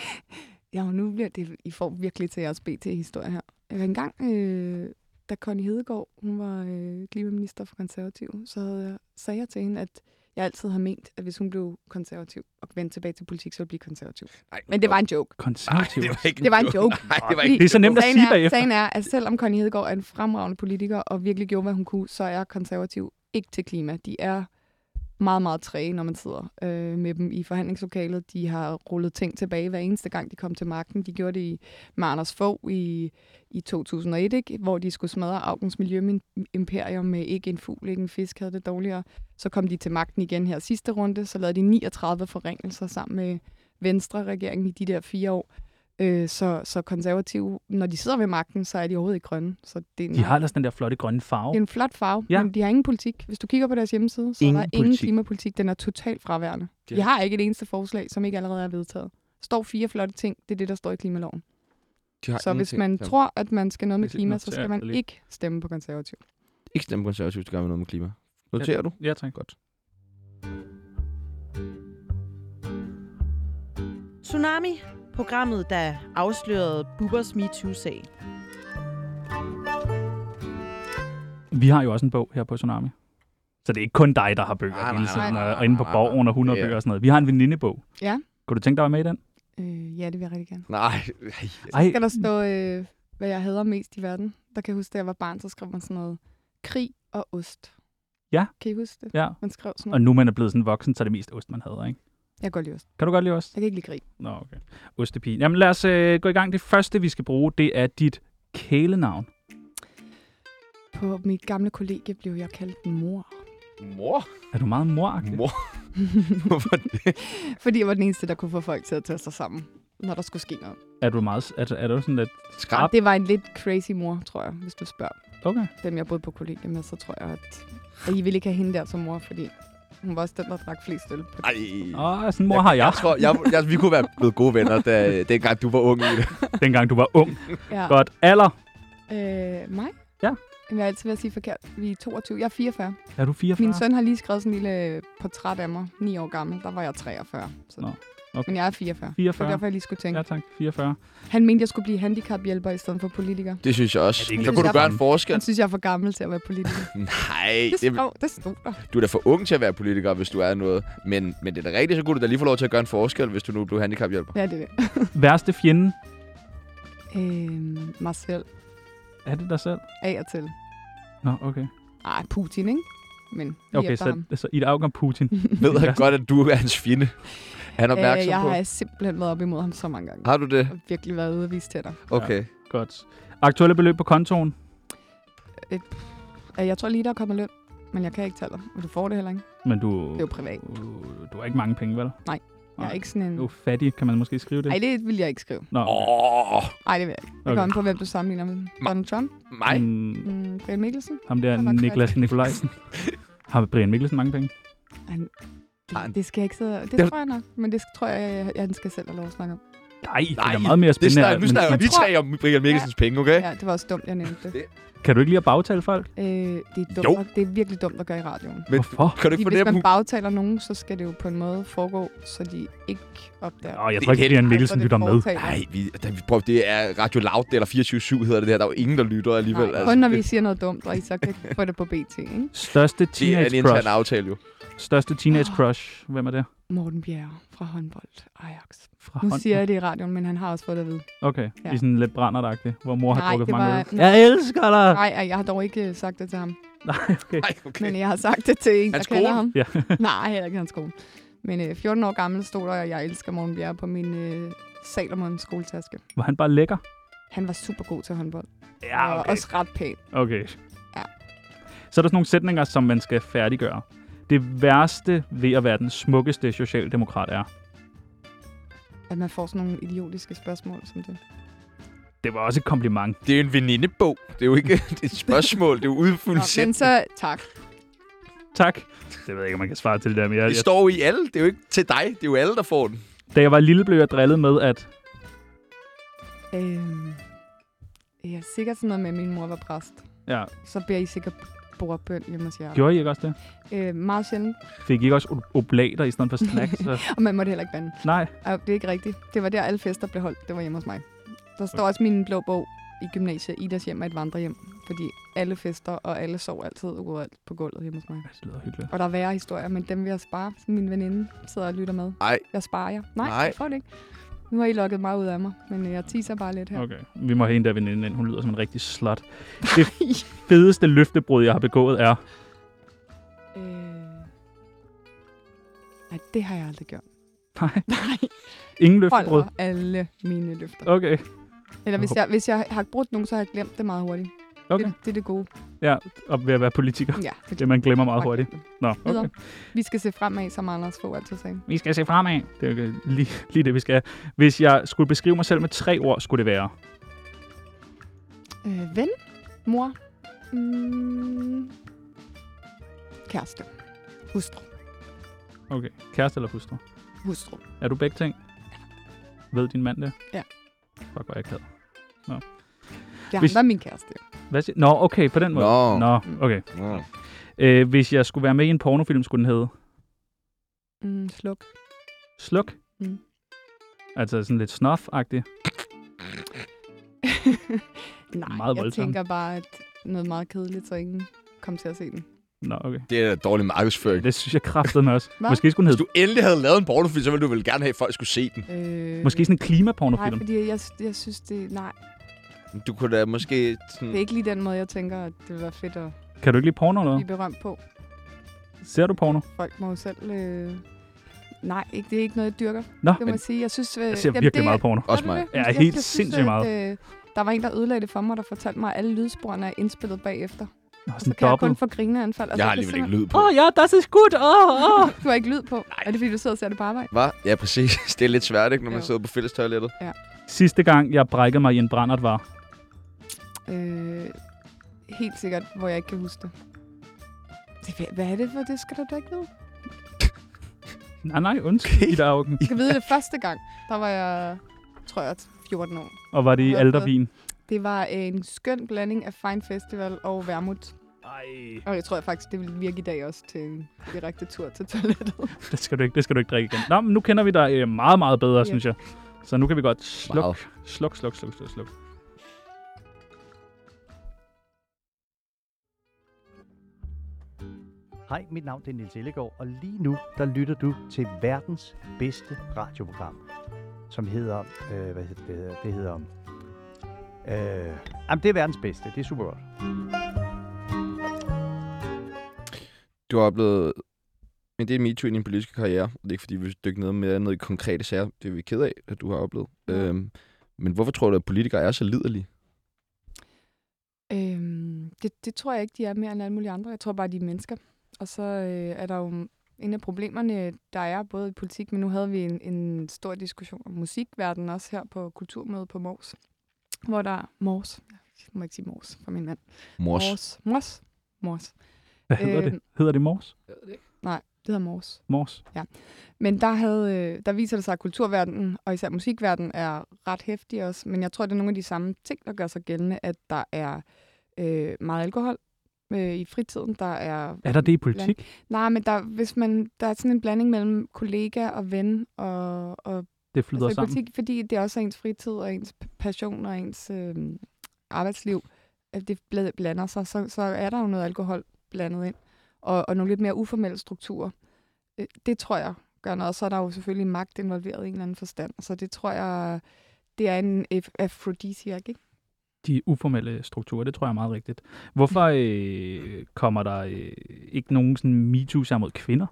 Ja, og nu bliver det, I får virkelig til jeres BT-historie her. Engang, da Connie Hedegaard, hun var klimaminister for konservativ, så sagde jeg til hende, at jeg altid har ment, at hvis hun blev konservativ og vendte tilbage til politik, så ville blive konservativ. Men det var en joke. Konservativ? Det var en joke. Det er så nemt at sige bagefter. Sagen er, at selvom Connie Hedegaard er en fremragende politiker og virkelig gjorde, hvad hun kunne, så er konservativ ikke til klima. De er meget, meget træge, når man sidder med dem i forhandlingslokalet. De har rullet ting tilbage hver eneste gang, de kom til magten. De gjorde det med Anders Fogh i 2001, ikke? Hvor de skulle smadre Augens miljøimperium med ikke en fugl, ikke en fisk, havde det dårligere. Så kom de til magten igen her sidste runde, så lavede de 39 forringelser sammen med Venstre-regeringen i de der 4 år. Så konservative, når de sidder ved magten, så er de overhovedet ikke grønne. Så det er de har ellers den der flotte grønne farve. Det er en flot farve, men de har ingen politik. Hvis du kigger på deres hjemmeside, så er der ingen klimapolitik. Den er totalt fraværende. De har ikke et eneste forslag, som ikke allerede er vedtaget. Der står 4 flotte ting. Det er det, der står i klimaloven. Så hvis man tror, at man skal noget med klima, så skal man ikke stemme på konservativ. Ikke stemme på konservativ, hvis du gerne vil noget med klima. Noterer du? Ja, tak. Godt. Tsunami, programmet, der afslørede Bubbers MeToo-sag. Vi har jo også en bog her på Tsunami. Så det er ikke kun dig, der har bøger hele tiden, og inde på borgen og 100 bøger og sådan noget. Vi har en venindebog. Ja. Kunne du tænke dig at være med i den? Ja, det vil jeg rigtig gerne. Nej. Ej. Skal der stå, hvad jeg hader mest i verden? Der kan jeg huske, da jeg var barn, så skrev man sådan noget krig og ost. Ja. Kan I huske det? Ja. Man skrev sådan Og noget. nu man er blevet sådan voksen, så er det mest ost, man hader, ikke? Jeg kan godt lide ost. Kan du godt lide ost? Jeg kan ikke lide krig. Nå, okay. Ostepige. Jamen lad os gå i gang. Det første, vi skal bruge, det er dit kælenavn. På mit gamle kollegie blev jeg kaldt mor. Mor? Er du meget moragtig? Mor? Hvorfor det? Fordi jeg var den eneste, der kunne få folk til at tage sig sammen, når der skulle ske noget. Er du meget... Er du sådan lidt skrab? Det var en lidt crazy mor, tror jeg, hvis du spørger Okay. dem, jeg boede på kollegie med, så tror jeg, at I ville ikke have hende der som mor, fordi hun var også den, der drak flest øl. På det. Ej. Sådan en mor har jeg. Jeg tror, vi kunne være blevet gode venner, dengang du var ung i det. Dengang du var ung. Ja. Godt. Alder? Mig? Ja. Jeg vil altid være at sige forkert. Vi er 22. Jeg er 44. Er du 44? Min søn har lige skrevet sådan en lille portræt af mig. 9 år gammel. Der var jeg 43. Så. Nå, okay. Men jeg er 44. 44. Det er derfor, jeg lige skulle tænke. Ja, tak. 44. Han mente, jeg skulle blive handicaphjælper i stedet for politiker. Det synes jeg også. Ja, det er Så ikke kunne du lidt gøre en Han forskel. synes, jeg er for gammel til at være politiker. Nej, Det stod der. du er da for ung til at være politiker, hvis du er noget. Men det er da rigtigt, så kunne du da lige få lov til at gøre en forskel, hvis du nu blev handicaphjælper. Ja, det er det. Værste fjende? Mig selv. Er det dig selv? Af og til. Nå, okay. Ej, Putin, ikke? Men lige Okay, efter ham. så Ida Auken Putin. Ved han godt, at du er hans fjende? Er han opmærksom Jeg på? har simpelthen været op imod ham så mange gange. Har du det? Og virkelig været ude og vise tænder. Okay. Godt. Aktuelle beløb på kontoen? Jeg tror lige, der er kommet løn. Men jeg kan ikke tale og du får det heller ikke. Men du... Det er jo privat. Du har ikke mange penge, vel? Nej. Jeg er ikke sådan en... Du er fattig, kan man måske skrive det? Nej, det vil jeg ikke skrive. Nå, okay. Nej, det vil jeg ikke. Det kommer an på, hvem du sammenligner med. Donald Trump? Mig? Brian Mikkelsen? Ham der, Han var Niklas Nikolajsen. Har Brian Mikkelsen mange penge? Det skal jeg ikke sidde... Det tror jeg nok. Men det tror jeg, han skal selv have lov at snakke om. Nej, det er meget mere Det spændende. nu snakker vi tror- tre om Brian Mikkelsens penge, okay? Ja, det var også dumt, jeg nævnte det. Kan du ikke lide at bagtale folk? Det er dumt. Jo. Det er virkelig dumt at gøre i radioen. Men Hvorfor? kan du ikke Fordi hvis fornemme, man bagtaler nogen, så skal det jo på en måde foregå, så de ikke opdager. Jeg tror ikke, Brian Mikkelsen lytter med. Nej, vi prøver, det er Radio Loud, eller 24/7 hedder det der. Der er jo ingen, der lytter alligevel. Nej, kun når vi siger noget dumt, og I så kan få det på BT, ikke? Største Det er en teenage intern crush. aftale jo. Største teenage crush. Hvem er det? Morten Bjerre fra håndbold Ajax. Fra Nu hånd- siger jeg det i radioen, men han har også fået det at vide. Okay, Ja. i sådan lidt brændertagtigt, hvor mor har Nej, drukket det for mange var- øl. nej. Jeg elsker dig! Nej, jeg har dog ikke sagt det til ham. Nej, okay. Nej, okay. Men jeg har sagt det til en, Hans der kender kone? ham. Ja. Nej, heller ikke hans kone. Men 14 år gammel stod der, at jeg elsker Morten Bjerre på min Salomon skoletaske. Var han bare lækker? Han var super god til håndbold. Ja, Og okay. også ret pæn. Okay. Ja. Så er der sådan nogle sætninger, som man skal færdiggøre. Det værste ved at være den smukkeste socialdemokrat er. At man får sådan nogle idiotiske spørgsmål som det. Det var også et kompliment. Det er jo en venindebog. Det er jo ikke et spørgsmål. Det er jo udfyldt Men sæt. så tak. Tak. Det ved jeg ikke, om man kan svare til det der mere. Det står jo i alle. Det er jo ikke til dig. Det er jo alle, der får den. Da jeg var lille, blev jeg drillet med, at... Ja, sikkert sådan noget med, at min mor var præst. Ja, Så bliver I sikkert bordbøn hjemme hos jer. gjorde I ikke også det? Meget sjældent. Fik I ikke også oblater i stedet for snacks? Og man måtte heller ikke bande. Nej. Det er ikke rigtigt. Det var der, alle fester blev holdt. Det var hjemme hos mig. Der står også min blå bog i gymnasiet. Idas hjem er et vandrehjem. Fordi alle fester og alle sov altid overalt på gulvet hjemme hos mig. Det lyder hyggeligt. Og der er værre historier, men dem vil jeg spare. Min veninde sidder og lytter med. Ej. Jeg sparer jer. Nej, Nej. jeg får det ikke. Nu har I lukket meget ud af mig, men jeg teaser bare lidt her. Okay. Vi må have en der veninde ind. Hun lyder som en rigtig slut. Det fedeste løftebrud, jeg har begået, er... Nej, det har jeg aldrig gjort. Nej. Nej, Ingen løftebrud. holder alle mine løfter. Okay. Eller hvis jeg har brudt nogen, så har jeg glemt det meget hurtigt. Okay. Det er det gode. Ja, og ved at være politiker. Ja, Det man glemmer meget hurtigt. Nå, Videre. okay. Vi skal se fremad, som Anders Fogh altid sagde. Vi skal se fremad. Det er jo lige det, vi skal. Hvis jeg skulle beskrive mig selv med 3 ord, skulle det være... Ven, mor, kæreste, hustru. Okay. Kæreste eller hustru? Hustru. Er du begge ting? Ved din mand det? Ja. Fuck, hvor jeg ked. Det er Hvis- ham, der er min kæreste. Hvad siger? Nå, okay, på den måde. Nå. Okay. Nå. Hvis jeg skulle være med i en pornofilm, skulle den hedde Sluk. Sluk? Mm. Altså sådan lidt snuff-agtigt. Nej, Meget jeg voldsomt. tænker bare, at noget meget kedeligt, så ingen komme til at se den. Nå, okay. Det er dårlig markedsføring. Det synes jeg kraftedeme også. Hvad? Måske skulle den Hvis du endelig havde lavet en pornofilm, så ville du vel gerne have, at folk skulle se den. Måske sådan en klimapornofilm. Nej, fordi jeg synes, det... Nej, Du kunne da måske... Sådan... det er ikke lige den måde, jeg tænker, at det vil være fedt at Kan du ikke lide porno eller blive noget? berømt på. Ser du porno? Folk må jo selv... Nej, det er ikke noget, jeg dyrker. Nå, Det må men jeg sige. Jeg synes... jeg ser virkelig meget porno. Også Gør du mig. det? Ja, Jeg helt synes, sindssygt meget. At, der var en, der ødelagde det for mig, der fortalte mig, at alle lydsporene er indspillet bagefter. Nå, Så sådan kan jeg kun dobbelt. få grineanfald. Jeg har det er alligevel ikke lyd på. Ja, das ist gut. Du har ikke lyd på. Er det, fordi du sidder og ser det på arbejde? Hvad? Ja, præcis. Det er lidt svært, ikke, når man Jo. sidder på fællestoilettet. Sidste gang, jeg brækkede mig i en brændert var... Helt sikkert, hvor jeg ikke kan huske det. Hvad er det for? Det skal du da ikke vide. Nej, undskyld, Ida Augen. Du skal vide det første gang. Der var jeg, tror jeg, 14 år. Og var det i Hvad? Aldervin? Det var en skøn blanding af Fine Festival og vermut. Ej, Og jeg tror faktisk, det vil virke i dag også til en direkte tur til toilettet. det skal du ikke drikke igen. Nå, men nu kender vi dig meget, meget bedre, Ja. synes jeg. Så nu kan vi godt Meget. sluk. Hej, mit navn er Niels Ellegaard, og lige nu, der lytter du til verdens bedste radioprogram, som hedder, det er verdens bedste, det er super godt. Du har oplevet en del MeToo i din politiske karriere, og det er ikke fordi, vi vil dykke ned i konkrete sager. Det er vi ked af, at du har oplevet. Ja. Men hvorfor tror du, at politikere er så liderlige? Det tror jeg ikke, de er mere end alle mulige andre. Jeg tror bare, de er mennesker. Og så er der jo en af problemerne, der er både i politik, men nu havde vi en stor diskussion om musikverdenen også her på Kulturmødet på Mors. Hvor der er Mors. Jeg må ikke sige Mors for min mand. Mors. Hvad hedder det? Hedder det Mors? Nej, det hedder Mors. Mors. Men der viser det sig, at kulturverdenen og især musikverdenen er ret hæftig også. Men jeg tror, det er nogle af de samme ting, der gør sig gældende, at der er meget alkohol i fritiden. Der er Er der det i politik? Nej, men der er sådan en blanding mellem kollega og ven og Det flyder altså i sammen. politik, fordi det er også ens fritid og ens passion og ens arbejdsliv, at det blander sig, så er der jo noget alkohol blandet ind. Og nogle lidt mere uformelle strukturer. Det tror jeg gør noget. Og så er der jo selvfølgelig magt involveret i en eller anden forstand. Så det tror jeg, det er en aphrodisiac, ikke? De uformelle strukturer, det tror jeg er meget rigtigt. Hvorfor kommer der ikke nogen sådan MeToo-sager mod kvinder?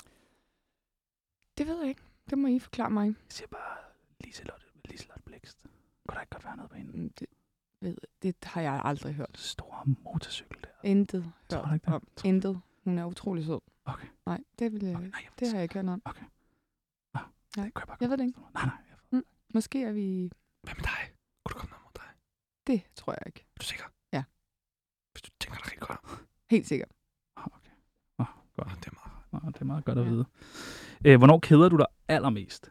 Det ved jeg ikke. Det må I forklare mig. Jeg siger bare Liselotte Blixt. Kunne der ikke godt være noget på hende? Det har jeg aldrig hørt. Store motorcykel der. Intet Tror du hørt ikke det? om. Intet. Hun er utrolig sød. Okay. Nej, det har jeg ikke hørt om. Okay. Nej, jeg ved det ikke. Nej. Måske er vi... Hvad med dig? Kunne du komme ned mod dig? Det tror jeg ikke. Er du sikker? Ja. Hvis du tænker dig rigtig godt om. Helt sikkert. Okay. Godt. Det er meget. Det er meget godt at vide. Hvornår keder du dig allermest?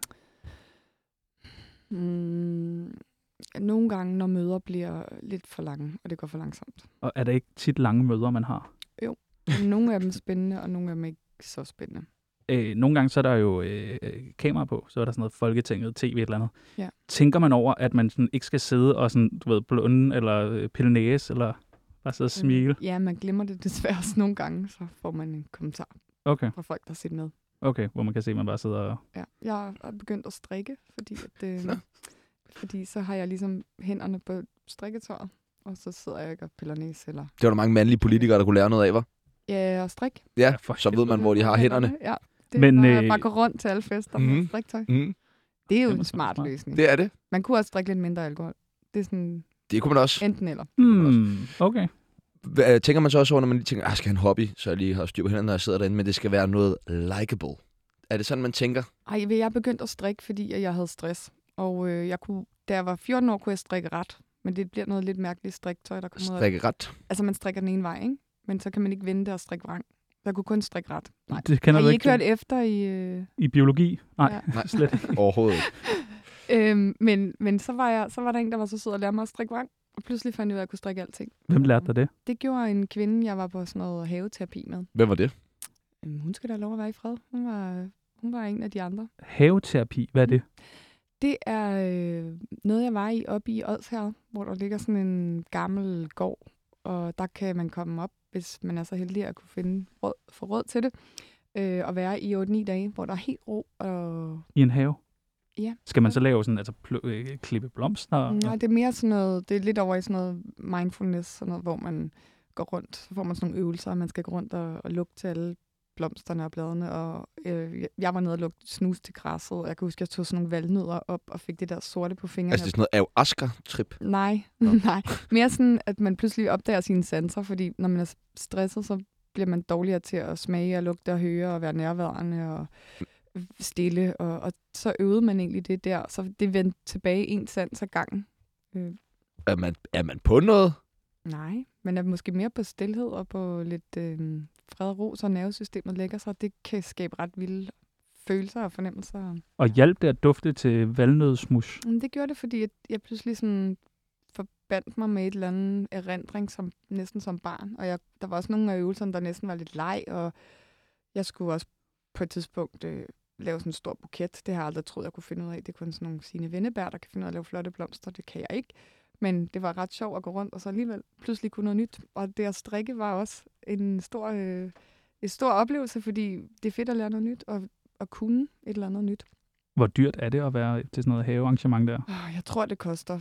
Nogle gange, når møder bliver lidt for lange, og det går for langsomt. Og er det ikke tit lange møder, man har? Nogle af dem er spændende, og nogle af dem ikke så spændende. Nogle gange så er der jo kamera på, så er der sådan noget Folketinget, tv et eller andet. Ja. Tænker man over, at man sådan ikke skal sidde og sådan, du ved, blunde eller pille næse, eller bare sidde og smile? Ja, man glemmer det desværre også nogle gange, så får man en kommentar Okay. fra folk, der sidder med. Okay, hvor man kan se, at man bare sidder og... Ja, jeg er begyndt at strikke, fordi så har jeg ligesom hænderne på strikketøjet, og så sidder jeg ikke og piller næse. Eller... Det var der mange mandlige politikere, der kunne lære noget af, var? Ja, og strik. Ja, for så ved man, hvor de har hænderne. Ja, det Men, er bare gå rundt til alle fester med striktøj. Mm. Det er jo Det er en måske smart smart. løsning. Det er det. Man kunne også drikke lidt mindre alkohol. Det er sådan Det kunne man også. enten eller. Okay. Tænker man så også over, når man lige tænker, jeg skal have en hobby, så jeg lige har styr på hænderne, når jeg sidder derinde, men det skal være noget likable. Er det sådan, man tænker? Ej, jeg begyndte at strikke, fordi jeg havde stress. Og da jeg var 14 år, kunne jeg strikke ret. Men det bliver noget lidt mærkeligt striktøj, der kommer ud af. Strikke ret. Altså, man strikker den ene vej, ikke? Men så kan man ikke vende det og strikke vrang. Jeg kunne kun strikke ret. Nej. Det kender Har du I ikke hørt efter i... I biologi? Nej, Ja. Nej. slet ikke. Overhovedet ikke. Men så var der en, der var så sød at lære mig at strikke vrang. Og pludselig fandt jeg ud af, at jeg kunne strikke alting. Hvem lærte dig det? Det gjorde en kvinde, jeg var på sådan noget haveterapi med. Hvem var det? Hun skal da have lov at være i fred. Hun var en af de andre. Haveterapi, hvad er det? Det er noget, jeg var oppe i Odsherred, hvor der ligger sådan en gammel gård. Og der kan man komme op hvis man er så heldig at kunne få råd til det. Og være i 8-9 dage, hvor der er helt ro. Og I en have? ja. Skal man så lave sådan, altså klippe blomster? Nej, det er mere sådan noget, det er lidt over i sådan noget mindfulness, sådan noget, hvor man går rundt. Så får man sådan nogle øvelser, og man skal gå rundt og lugte til alle blomsterne og bladene. Og jeg var nede og lugte snus til græsset, og jeg kan huske, at jeg tog sådan nogle valnødder op og fik det der sorte på fingrene. Altså det er sådan noget ayahuasca-trip? Nej, nej. Mere sådan, at man pludselig opdager sine sanser, fordi når man er stresset, så bliver man dårligere til at smage og lugte og høre og være nærværende og stille. Og så øvede man egentlig det der, så det vendte tilbage en sans ad gangen. Er man på noget? Nej, man er måske mere på stilhed og på lidt fred og ro, så nervesystemet lægger sig. Det kan skabe ret vilde følelser og fornemmelser. Og hjalp det at dufte til valnødsmus? Det gjorde det, fordi jeg pludselig sådan forbandt mig med et eller andet erindring, næsten som barn. Og der var også nogle af øvelserne, der næsten var lidt leg, og jeg skulle også på et tidspunkt lave sådan en stor buket. Det har jeg aldrig troet, jeg kunne finde ud af. Det er kun sådan nogle Signe Vennebær, der kan finde ud af at lave flotte blomster. Det kan jeg ikke. Men det var ret sjovt at gå rundt, og så alligevel pludselig kunne noget nyt. Og det at strikke var også en stor oplevelse, fordi det er fedt at lære noget nyt, og at kunne et eller andet nyt. Hvor dyrt er det at være til sådan noget havearrangement der? Jeg tror, det koster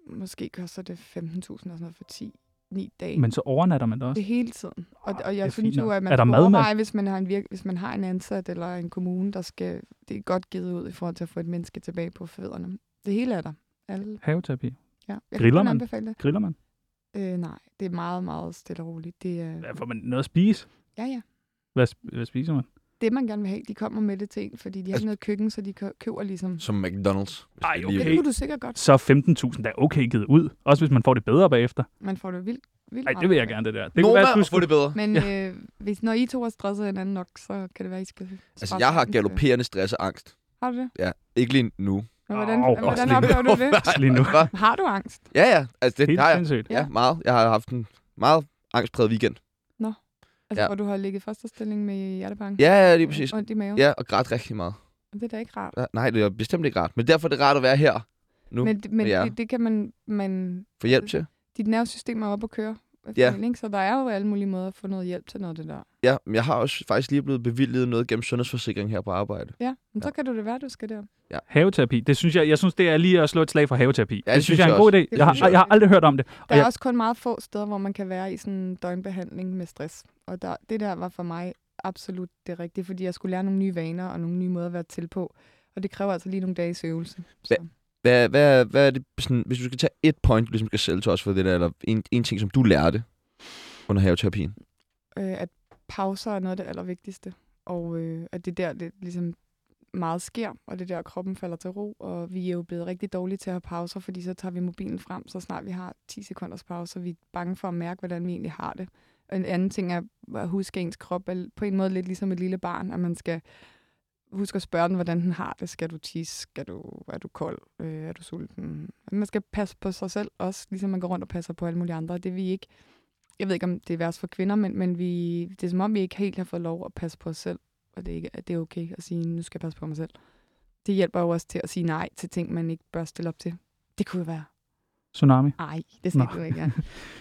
det 15.000 og sådan noget for 9 dage. Men så overnatter man det også? Det hele tiden. Og jeg synes jo, at man skal overveje, hvis man har en ansat eller en kommune, det er godt givet ud i forhold til at få et menneske tilbage på fødderne. Det hele er der. Haveterapi? Ja. Griller man? Nej, det er meget, meget stille og roligt. Får man noget at spise? Ja. Hvad spiser man? Det, man gerne vil have, de kommer med det til en, fordi de har ikke noget køkken, så de køber ligesom... Som McDonald's? Ej, okay. Det kunne du sikkert godt. Så 15.000, der er okay givet ud. Også hvis man får det bedre bagefter. Man får det vildt Nej, det vil jeg gerne, det der. Det kunne være, at få det bedre. Men hvis når I to er stresset hinanden nok, så kan det være, I skal... Altså, jeg har galopperende stress og angst. Har du det? Ja, ikke lige nu. Hvordan oplever du det? Lige nu. Har du angst? Ja. Altså, det har jeg. Sindssygt. Ja, meget. Jeg har haft en meget angstpræget weekend. Nå. Altså, hvor du har ligget fosterstilling med hjertebanken? Ja, lige præcis. Ondt i maven? Ja, og grædt rigtig meget. Det er da ikke rart. Nej, det er bestemt ikke rart. Men derfor er det rart at være her nu. Men det kan man... Få hjælp til. Dit nervesystem er oppe at køre. Ja. Så der er jo alle mulige måder at få noget hjælp til noget af det der. Ja, men jeg har også faktisk lige blevet bevilget noget gennem sundhedsforsikring her på arbejde. Ja, men så kan du det være, du skal der. Ja. Haveterapi, det synes jeg synes, det er lige at slå et slag for haveterapi. Ja, det synes jeg er en god idé. Jeg har aldrig hørt om det. Der er også kun meget få steder, hvor man kan være i sådan en døgnbehandling med stress. Og det der var for mig absolut det rigtige, fordi jeg skulle lære nogle nye vaner og nogle nye måder at være til på. Og det kræver altså lige nogle dages øvelse. Hvad er det, sådan, hvis du skal tage et point, du ligesom skal sælge til os for det der, eller en ting, som du lærte under haveterapien? At pauser er noget af det allervigtigste. Og at det der, det ligesom meget sker, og det der, kroppen falder til ro. Og vi er jo blevet rigtig dårlige til at have pauser, fordi så tager vi mobilen frem, så snart vi har 10 sekunders pause, så vi er bange for at mærke, hvordan vi egentlig har det. Og en anden ting er at huske ens krop, på en måde lidt ligesom et lille barn, at man skal huske at spørge den, hvordan den har det. Skal du tisse? Er du kold? Er du sulten? Man skal passe på sig selv også, ligesom man går rundt og passer på alle mulige andre. Det vi ikke... Jeg ved ikke, om det er værst for kvinder, men det er som om, vi ikke helt har fået lov at passe på os selv. Og det er okay at sige, nu skal jeg passe på mig selv. Det hjælper jo også til at sige nej til ting, man ikke bør stille op til. Det kunne jo være... Tsunami? Nej, det skal du ikke.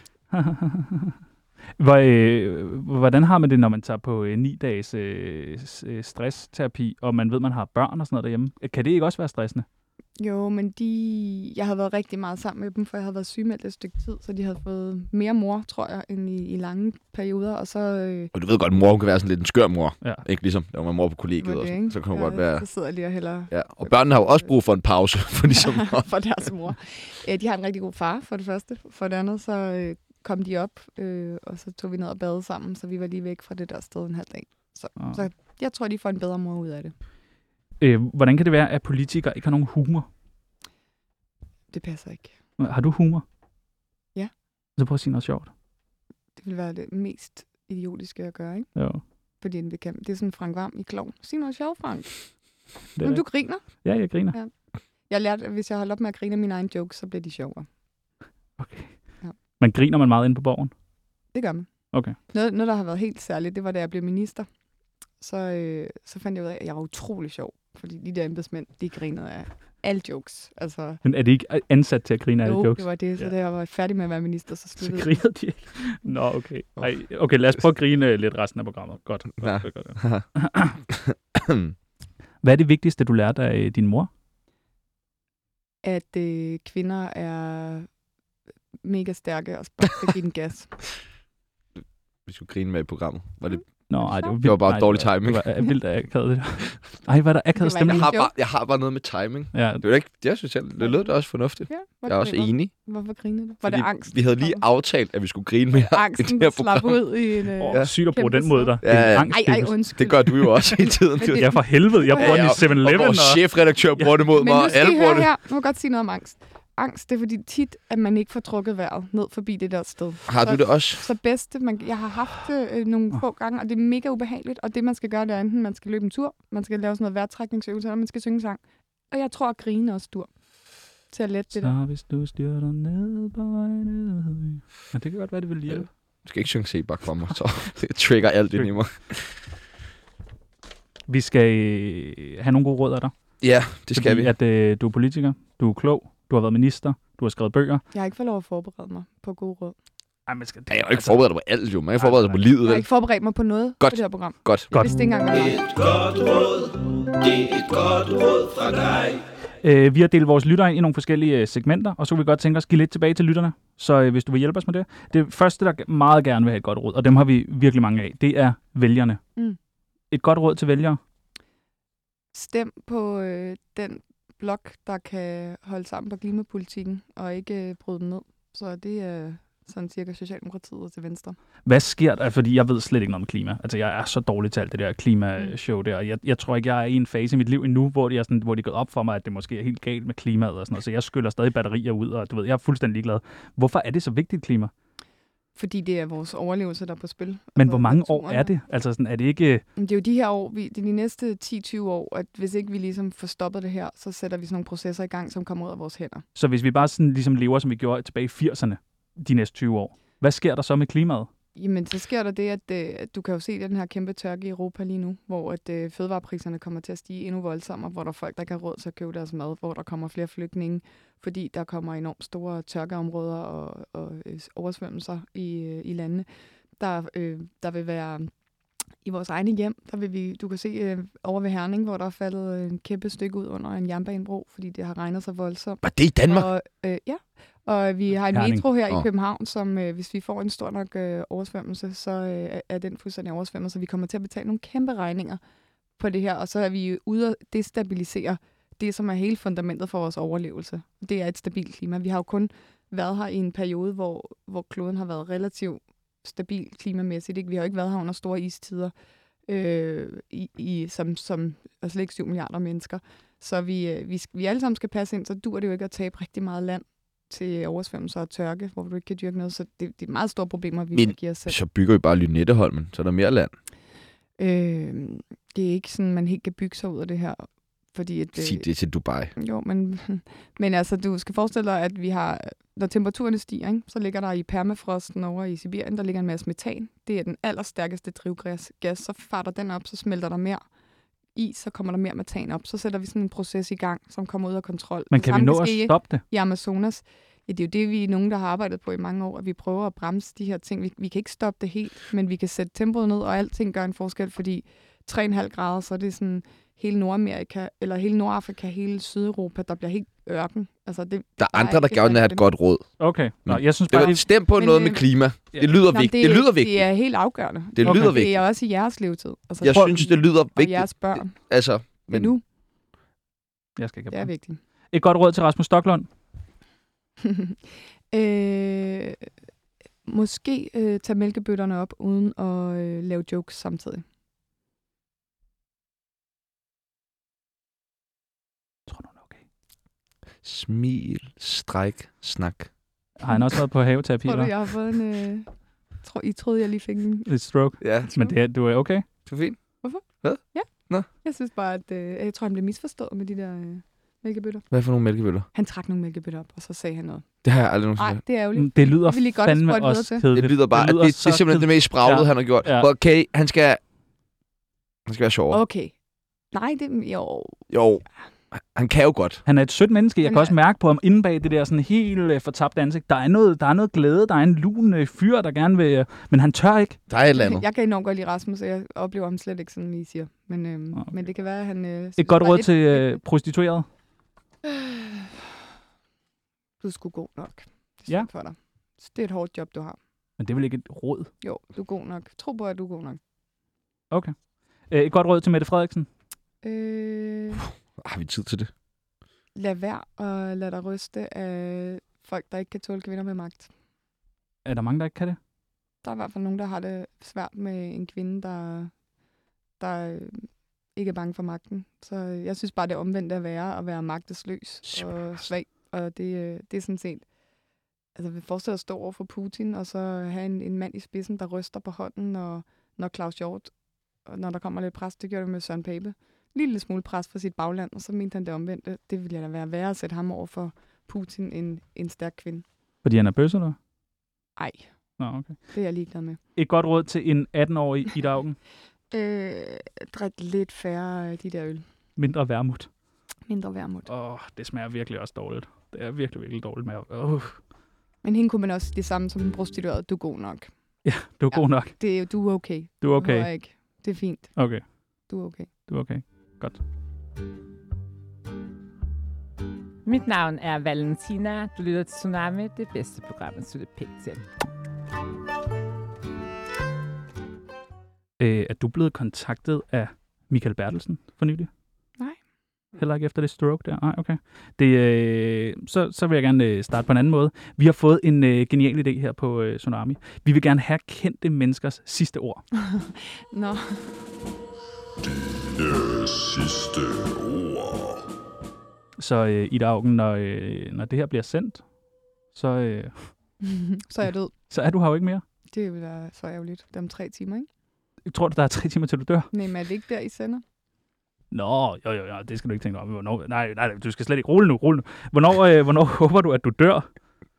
Hvordan har man det, når man tager på 9 dages stressterapi, og man ved, man har børn og sådan noget derhjemme? Kan det ikke også være stressende? Jo, men jeg havde været rigtig meget sammen med dem, for jeg havde været sygemeldt et stykke tid, så de havde fået mere mor, tror jeg, end i lange perioder. Og så... Og du ved godt, at mor kan være sådan lidt en skør mor. Ja. Ikke ligesom, der var mor på kollegiet, og sådan. Så kan hun godt være... Så sidder jeg lige og hælder... Ja, og børnene har jo også brug for en pause, for ligesom... for deres mor. De har en rigtig god far, for det første. For det andet, så kom de op, og så tog vi ned og bade sammen, så vi var lige væk fra det der sted en halv dag. Så jeg tror, de får en bedre mor ud af det. Hvordan kan det være, at politikere ikke har nogen humor? Det passer ikke. Har du humor? Ja. Så prøv at sige noget sjovt. Det vil være det mest idiotiske at gøre, ikke? Jo. Fordi det er sådan Frank Hvam i Klovn. Sig noget sjovt, Frank. Men du griner. Ja, jeg griner. Ja. Jeg lærte, at hvis jeg holder op med at grine af mine egne jokes, så bliver de sjovere. Okay. Ja. Men griner man meget inde på Borgen? Det gør man. Okay. Noget, der har været helt særligt, det var, da jeg blev minister. Så fandt jeg ud af, at jeg var utrolig sjov. Fordi de der embedsmænd, de grinede af alle jokes. Altså, Men er det ikke ansat til at grine af alle jo, jokes? det var det. Så da jeg var færdig med at være minister, så Så sluttede griner de ikke. Nå, okay. Ej, okay, lad os prøve at grine lidt resten af programmet. Godt. Ja. Hvad er det vigtigste, du lærte af din mor? at kvinder er mega stærke og bare skal give den gas. Vi skulle grine med i programmet. Var det... Nå, ej, det var vildt. Det var bare dårlig timing. Det var vildt akavet, det der. Ej, hvad er der akavet stemning? Jeg har bare noget med timing. Ja. Det var ikke, jeg synes, det lød da også fornuftigt. Ja, Jeg er også enig. Hvorfor grinede du? Var det angst? Vi havde lige aftalt, at vi skulle grine mere i Angsten det her slap program. ud i en... Sygt at bruge den mod dig. Ja, ja. Ej, undskyld. Det gør du jo også i tiden. Ja, for helvede. Jeg bruger den i 7-Eleven. Og vores chefredaktør bruger det mod mig, Men nu og skal alle I bruger høre det. her. Nu må jeg godt sige noget om angst. Angst, det er fordi tit, at man ikke får trukket vejret ned forbi det der sted. Har du det også? Så bedste, jeg har haft det nogle få gange, og det er mega ubehageligt. Og det, man skal gøre, det er enten, man skal løbe en tur, man skal lave sådan noget vejrtrækningsøvelse, eller man skal synge en sang. Og jeg tror, at grine også dur til at lette det der. Så hvis du styrter ned på øjnet. Ja, det kan godt være, det vil hjælpe. Du skal ikke synge Se bare komme, så det trigger alt ind i mig. Vi skal have nogle gode råd af dig. Ja, det skal fordi vi. At du er politiker, du er klog, du har været minister, du har skrevet bøger. Jeg har ikke fået lov at forberede mig på gode råd. Ej, men skal det, Ja, jeg har ikke forberedt dig på alt, jo. Man kan forberede dig på livet, Jeg har vel? ikke forberedt mig på noget Godt. på det her program. Godt. Jeg vidste ikke engang, hvad det var. Et godt råd, det er et godt råd fra dig. Vi har delt vores lyttere ind i nogle forskellige segmenter, og så kunne vi godt tænke os at give lidt tilbage til lytterne. Så hvis du vil hjælpe os med det. Det første, der meget gerne vil have et godt råd, og dem har vi virkelig mange af, det er vælgerne. Mm. Et godt råd til vælgere. Stem på den blok, der kan holde sammen på klimapolitikken, og ikke bryde den ned. Så det er sådan cirka Socialdemokratiet til venstre. Hvad sker der? Fordi jeg ved slet ikke noget om klima. Altså, jeg er så dårlig til alt det der klimashow der. Jeg tror ikke, jeg er i en fase i mit liv endnu, hvor det er gået op for mig, at det måske er helt galt med klimaet og sådan noget. Så jeg skyller stadig batterier ud, og du ved, jeg er fuldstændig ligeglad. Hvorfor er det så vigtigt, klima? Fordi det er vores overlevelse, der er på spil. Men Altså, hvor mange år naturen. er det? Altså, sådan, er det ikke... Det er jo de her år, det er de næste 10-20 år, at hvis ikke vi ligesom får stoppet det her, så sætter vi sådan nogle processer i gang, som kommer ud af vores hænder. Så hvis vi bare sådan ligesom lever, som vi gjorde tilbage i 80'erne, de næste 20 år, hvad sker der så med klimaet? Jamen, så sker der det, at du kan jo se den her kæmpe tørke i Europa lige nu, hvor at fødevarepriserne kommer til at stige endnu voldsommere, hvor der er folk, der ikke har råd til at købe deres mad, hvor der kommer flere flygtninge, fordi der kommer enormt store tørkeområder og oversvømmelser i landene. Der vil være i vores egne hjem, der vil vi, du kan se over ved Herning, hvor der er faldet en kæmpe stykke ud under en jernbanebro, fordi det har regnet så voldsomt. Var det i Danmark? Og, ja, og vi har en Herning. metro her i København, som hvis vi får en stor nok oversvømmelse, så er den fuldstændig oversvømmet, så vi kommer til at betale nogle kæmpe regninger på det her, og så er vi ude at destabilisere det, som er hele fundamentet for vores overlevelse. Det er et stabilt klima. Vi har jo kun været her i en periode, hvor kloden har været relativt stabil klimamæssigt. Ikke? Vi har jo ikke været her under store istider, som er slet ikke 7 milliarder mennesker. Så vi alle sammen skal passe ind, så dur det jo ikke at tabe rigtig meget land til oversvømmelser og tørke, hvor du ikke kan dyrke noget. Så det er meget store problemer, vi skal give os selv. Så bygger vi bare Lynetteholmen, så er der mere land. Det er ikke sådan, man helt kan bygge sig ud af det her. Fordi Sig det til Dubai. Jo, men altså, du skal forestille dig, at vi har, når temperaturerne stiger, ikke, så ligger der i permafrosten over i Sibirien, der ligger en masse metan. Det er den allerstærkeste drivgas. Så farter den op, så smelter der mere is, så kommer der mere metan op. Så sætter vi sådan en proces i gang, som kommer ud af kontrol. Men kan vi nå at stoppe det? I Amazonas. Ja, det er jo det, vi er nogen, der har arbejdet på i mange år, at vi prøver at bremse de her ting. Vi kan ikke stoppe det helt, men vi kan sætte tempoet ned, og alting gør en forskel, fordi 3,5 grader, så er det sådan hele Nordamerika, eller hele Nordafrika, hele Sydeuropa, der bliver helt ørken. Altså, det, der er andre, der gerne vil have et godt råd. Okay. Nå, jeg synes det bare, var stem på noget med klima. Det lyder vigtigt. Det lyder vigtigt. Det er helt afgørende. Det lyder vigtigt. Det er også i jeres levetid. Altså, jeg synes, det lyder vigtigt. Og jeres børn. Altså, men nu. Jeg skal ikke det er vigtigt. Et godt råd til Rasmus Stoklund? Måske tage mælkebøtterne op, uden at lave jokes samtidig. Tror du, det er okay? Smil, stræk, snak. Har han også været på haveterapi? Tror du, jeg har fået en... I troede, jeg lige fik en stroke? Ja. Men du er okay? Det er fint. Hvorfor? Hvad? Ja. Nå. Jeg synes bare, at jeg tror, han blev misforstået med de der mælkebøtter. Hvad for nogle mælkebøtter? Han trak nogle mælkebøtter op, og så sagde han noget. Det har jeg aldrig nogensinde. Nej, det er ærgerligt. Det lyder fandme også kedeligt. Det lyder bare, det er simpelthen det mest spraglede, han har gjort. Ja. Okay, han skal være sjovere. Okay. Nej, det... Jo. Jo. Han kan jo godt. Han er et sødt menneske. Jeg kan også mærke på ham inde bag det der sådan helt fortabte ansigt. Der er noget glæde. Der er en lun fyr, der gerne vil... Men han tør ikke. Der er et eller andet. Jeg kan enormt godt lide Rasmus, og jeg oplever ham slet ikke, sådan lige siger. Men det kan være, at han... Et godt råd til prostitueret? Du er sgu god nok. Det Ja. for dig. Så det er et hårdt job, du har. Men det er vel ikke et råd? Jo, du er god nok. Tro på, at du er god nok. Okay. Et godt råd til Mette Frederiksen? Har vi tid til det? Lad være og lad dig ryste af folk, der ikke kan tåle kvinder med magt. Er der mange, der ikke kan det? Der er i hvert fald nogen, der har det svært med en kvinde, der ikke er bange for magten. Så jeg synes bare, det er omvendt at være magtesløs og svag. Og det er sådan set... Altså, vi forestiller at stå over for Putin, og så have en mand i spidsen, der ryster på hånden, når Claus Hjort, og når der kommer lidt pres, det gør det med Søren Pape. Lille smule pres for sit bagland, og så mente han det omvendte. Det ville jeg da være værre at sætte ham over for Putin end en stærk kvinde. Fordi han er bøsse, eller? Ej. Nå, okay. Det er jeg ligeglad med. Et godt råd til en 18-årig i dagen? Drik lidt færre af de der øl. Mindre vermut. Mindre vermut. Det smager virkelig også dårligt. Det er virkelig, virkelig dårligt med. Men hende kunne man også det samme som en prostitueret. Du er god nok. Ja, du er god nok. Du er okay. Du er okay. Du er ikke. Det er fint. Okay. Du er okay. Du er okay. Godt. Mit navn er Valentina. Du lytter til Tsunami, det bedste program, at slutte pænt til. Er du blevet kontaktet af Michael Bertelsen for nylig? Nej. Heller ikke efter det stroke der? Nej, okay. Så vil jeg gerne starte på en anden måde. Vi har fået en genial idé her på Tsunami. Vi vil gerne have kendte menneskers sidste ord. Nå. Dine sidste ord. Så i dagen, når det her bliver sendt, så... Så er jeg død. Så er du her jo ikke mere. Det vil være så ærgerligt. Det er om 3 timer, ikke? Jeg tror, der er 3 timer, til du dør. Nej, men er det ikke der, I sender? Nå, jo, det skal du ikke tænke om. Nej, du skal slet ikke rulle nu. Hvornår håber du, at du dør?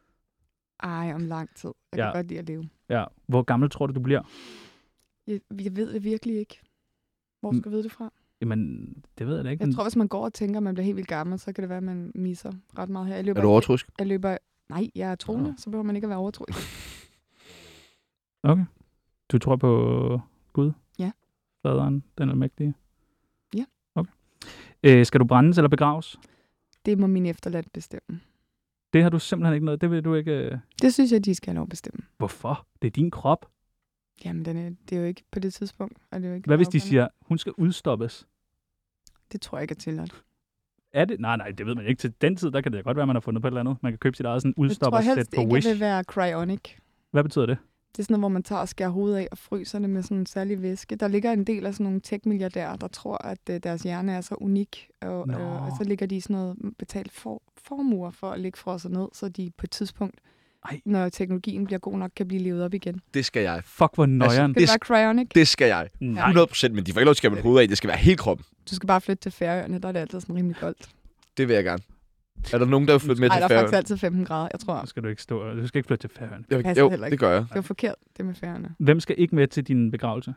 Ej, om lang tid. Jeg kan godt lide at leve. Ja. Hvor gammel tror du bliver? Jeg ved det virkelig ikke. Hvor skal du vide det fra? Jamen, det ved jeg da ikke. Jeg tror, hvis man går og tænker, at man bliver helt vildt gammel, så kan det være, at man misser ret meget her. Er du overtroisk? Nej, jeg er troende, så behøver man ikke at være overtroisk. Okay. Du tror på Gud? Ja. Faderen, den almægtige? Ja. Okay. Skal du brændes eller begraves? Det må min efterladt bestemme. Det har du simpelthen ikke noget. Det vil du ikke... Det synes jeg, de skal have lov at bestemme. Hvorfor? Det er din krop. Jamen, det er jo ikke på det tidspunkt. Og det er jo ikke hvad hvis de siger, hun skal udstoppes? Det tror jeg ikke er tilladt. Er det? Nej, det ved man ikke. Til den tid, der kan det godt være, man har fundet på et eller andet. Man kan købe sit eget sådan udstoppersæt på Wish. Jeg tror helst ikke, det vil være cryonic. Hvad betyder det? Det er sådan noget, hvor man tager og skærer hovedet af og fryser det med sådan en særlig væske. Der ligger en del af sådan nogle tech-milliardærer, der tror, at deres hjerne er så unik. Og så ligger de i sådan noget betalt formuer for at lægge frosset ned, så de på et tidspunkt, når teknologien bliver god nok, kan blive levet op igen. Det skal jeg. Fuck, hvor nøjeren. Skal det være cryonic? Det skal jeg. 100%, men de får ikke lov til at skære mit hoved af. Det skal være helt kroppen. Du skal bare flytte til Færøerne, der er det altid sådan rimelig koldt. Det vil jeg gerne. Er der nogen, der vil flytte med til Færøerne? Nej, der er faktisk altid 15 grader, jeg tror. Så skal du ikke stå. Du skal ikke flytte til Færøerne. Jo, det gør jeg. Det er forkert, det med Færøerne. Hvem skal ikke med til din begravelse?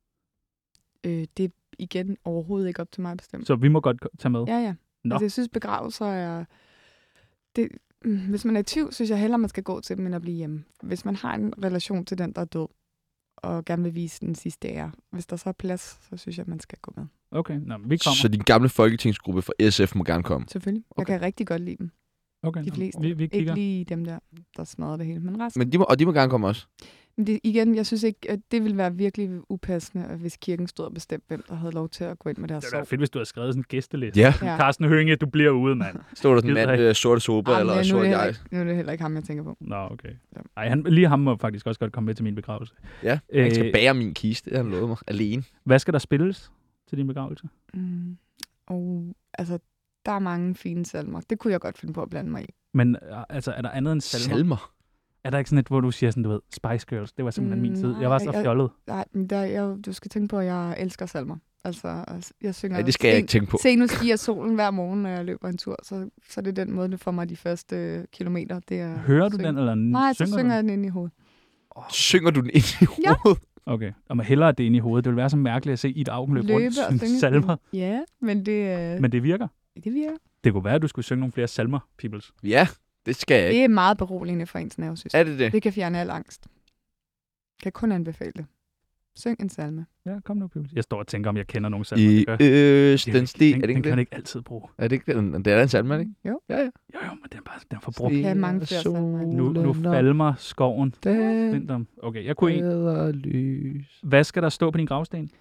Det er igen overhovedet ikke op til mig at bestemme. Så vi må godt tage med? Ja. Altså, jeg synes, begravelser er... hvis man er i tvivl, synes jeg hellere, man skal gå til dem, end at blive hjemme. Hvis man har en relation til den, der er død, og gerne vil vise den sidste ære. Hvis der så er plads, så synes jeg, man skal gå med. Okay, vi kommer. Så din gamle folketingsgruppe fra SF må gerne komme? Selvfølgelig. Okay. Jeg kan rigtig godt lide dem. Okay, de fleste. Vi kigger. Ikke lige dem der smadrer det hele, men resten. Men de må gerne komme også? Men igen, jeg synes ikke, at det ville være virkelig upassende, hvis kirken stod og bestemte, hvem der havde lov til at gå ind med deres sorg. Det var fedt, hvis du havde skrevet sådan en gæsteliste. Ja. Carsten Hønge, du bliver ude, mand. Stod der sådan en mand, sorte sober eller sort jeg? Nu er det heller ikke ham, jeg tænker på. Nå, okay. Ej, lige ham må faktisk også godt komme med til min begravelse. Ja, han skal bære min kiste, det har han lovet mig, alene. Hvad skal der spilles til din begravelse? Altså, der er mange fine salmer. Det kunne jeg godt finde på at blande mig i. Men altså, er der andet end salmer? Salmer? Er der ikke sådan et, hvor du siger sådan, du ved, Spice Girls? Det var simpelthen min tid. Jeg var så fjollet. Nej, men du skal tænke på, at jeg elsker salmer. Altså, jeg synger... Ja, det skal jeg ikke tænke på. Se, nu stiger solen hver morgen, når jeg løber en tur. Så er det den måde, det får mig de første kilometer. Det er hører du den, eller nej, så synger jeg den ind i hovedet. Synger du den ind i hovedet? Ja. Okay, og man hellere det ind i hovedet. Det vil være så mærkeligt at se i et afløb rundt synge salmer. Ja, men det... Men det virker? Det virker. Det kunne være, at du skulle synge nogle flere salmer, Peoples. Ja, det skal jeg Det ikke. er meget beroligende for ens nervesystem. Er det det? Det kan fjerne al angst. Kan kun anbefale det. Syng en salme. Ja, kom nu, Peoples. Jeg står og tænker, om jeg kender nogle salmer. I østens sti. Er det Den ikke kan man det? ikke altid bruge. Er det ikke det? Det er en salme, er det ikke? Jo. Ja, ja. Jo, men den er for brugt. Kan have mange flere salmer. Nu falmer skoven. Den Vinteren. Okay, jeg kunne ikke. bedre lys. Hvad skal der stå på din gravsten?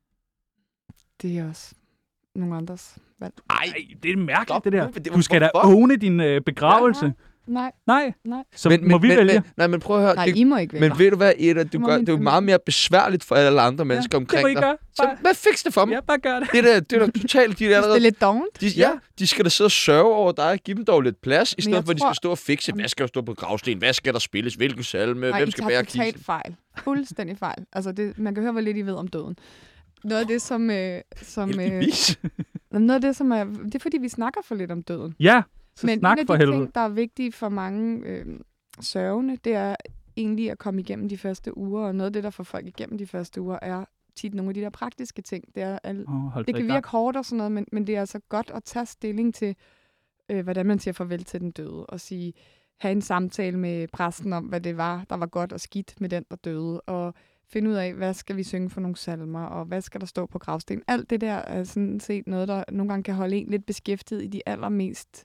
Det er også nogle andres valg. Ej, det er mærkeligt, Stop det der. nu, men det var Du skal da for fuck. åbne din begravelse. Nej. Nej. Nej. Så må vi vælge. Nej, men prøv at høre. Nej, I må ikke vælge. Men ved du hvad, Eda, Det må min det er jo familie. meget mere besværligt for alle andre mennesker Det må omkring I dig. gøre. Så hvad fix det for dem? Ja, bare gør det. Det er da totalt, de er Det er allerede... lidt dovent. De skal da sidde og sørge over dig. Giv dem dog lidt plads, i stedet jeg for, at de tror- skal stå og fikse. Hvad skal der stå på gravsten? Hvad skal der spilles? Hvilken salme? Nej, Hvem I skal tager bære totalt kisten? fejl. Fuldstændig fejl. Altså, man kan høre, hvor lidt I ved om døden. Noget af det, Heldigvis. noget af det, som er... Det er, fordi vi snakker for lidt om døden. Ja, så Men snak en af for de helvede. ting, der er vigtige for mange sørgende, det er egentlig at komme igennem de første uger. Og noget af det, der får folk igennem de første uger, er tit nogle af de der praktiske ting. Det er det kan virke hårdt og sådan noget, men det er altså godt at tage stilling til, hvordan man siger farvel til den døde. Og have en samtale med præsten om, hvad det var, der var godt og skidt med den, der døde. Og finde ud af, hvad skal vi synge for nogle salmer, og hvad skal der stå på gravsten. Alt det der er sådan set noget, der nogle gange kan holde en lidt beskæftiget i de allermest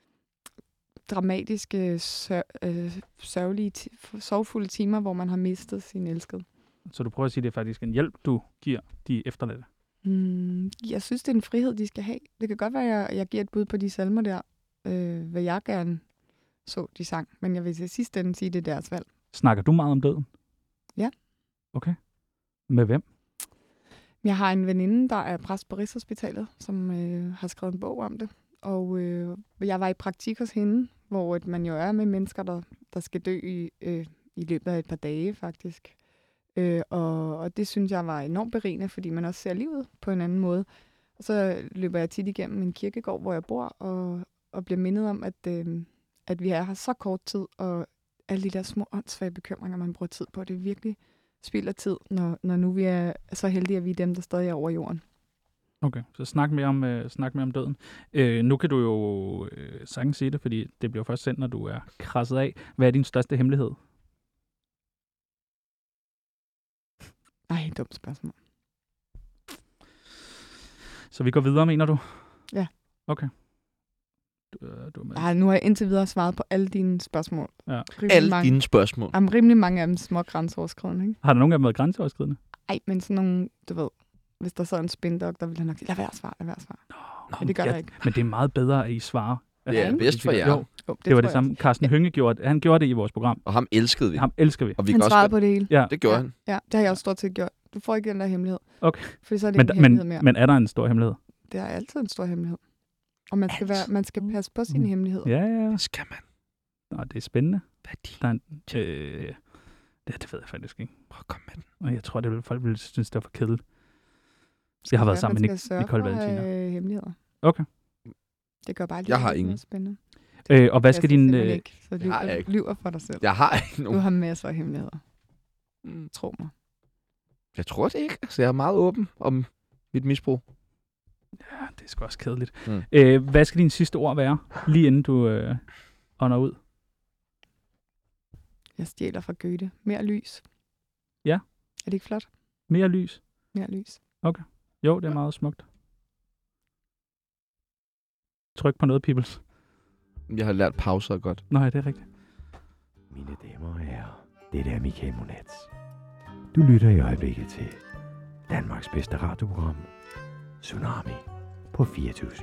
dramatiske, sørgelige, sorgfulde timer, hvor man har mistet sin elskede. Så du prøver at sige, at det er faktisk en hjælp, du giver de efterladte? Jeg synes, det er en frihed, de skal have. Det kan godt være, at jeg giver et bud på de salmer der, hvad jeg gerne så de sang. Men jeg vil til sidst ende sige, det er deres valg. Snakker du meget om døden? Ja. Okay. Med hvem? Jeg har en veninde, der er præst på Rigshospitalet, som har skrevet en bog om det. Og jeg var i praktik hos hende, hvor man jo er med mennesker, der skal dø i løbet af et par dage, faktisk. Og det synes jeg var enormt berigende, fordi man også ser livet på en anden måde. Og så løber jeg tit igennem en kirkegård, hvor jeg bor, og bliver mindet om, at vi er her så kort tid, og alle de der små åndssvage bekymringer, man bruger tid på, det er virkelig spild af tid, når nu vi er så heldige, at vi er dem, der stadig er over jorden. Okay, så snak mere om døden. Nu kan du jo sagtens sige det, fordi det bliver først sendt, når du er krasset af. Hvad er din største hemmelighed? Ej, dumt spørgsmål. Så vi går videre, mener du? Ja. Okay. Du er med. Ej, nu har jeg indtil videre svaret på alle dine spørgsmål. Ja. Alle dine spørgsmål. Jamen, rimelig mange af dem små grænseoverskridende, ikke? Har der nogen af dem været grænseoverskridende? Ej, men sådan nogle, du ved, hvis der sad en spindoktor, ville han nok sige, lad være at svare. Men det gør der ikke. Men det er meget bedre, at I svarer. Det er bedst for jer. Jo, det var det samme. Carsten Hønge gjorde. Han gjorde det i vores program. Og ham elskede vi. Ham elsker vi. Og vi Han kan svarede også på det hele. Ja. Det gjorde han. Ja, det har jeg også stort set gjort. Du får ikke den der hemmelighed. Okay. Fordi så er det en hemmelighed mere. Men er der en stor hemmelighed? Det er altid en stor hemmelighed. Og man skal passe på sine hemmeligheder. Ja. Skal man? Nå, det er spændende. Hvad er der er en, det ved jeg faktisk ikke. Prøv at komme med den. Og jeg tror, folk ville synes, det var for kedeligt. Jeg har været sammen med Nicole Valentina. Hemmeligheder. Okay. Det gør bare Jeg har lidt ingen. Spændende. Og hvad skal din... Så Det har jeg ikke. lyver for dig selv. Jeg har ikke nogen. Du har masser af hemmeligheder. Tro mig. Jeg tror det ikke. Så jeg er meget åben om mit misbrug. Ja, det er sgu også kedeligt. Hvad skal dine sidste ord være, lige inden du ånder ud? Jeg stjæler fra Goethe. Mere lys. Ja. Er det ikke flot? Mere lys? Mere lys. Okay. Jo, det er meget smukt. Tryk på noget, Peoples. Jeg har lært pauser godt. Nej, det er rigtigt. Mine damer og herrer, det er Michael Monats. Du lytter i øjeblikket til Danmarks bedste radioprogram, Tsunami på 24/7.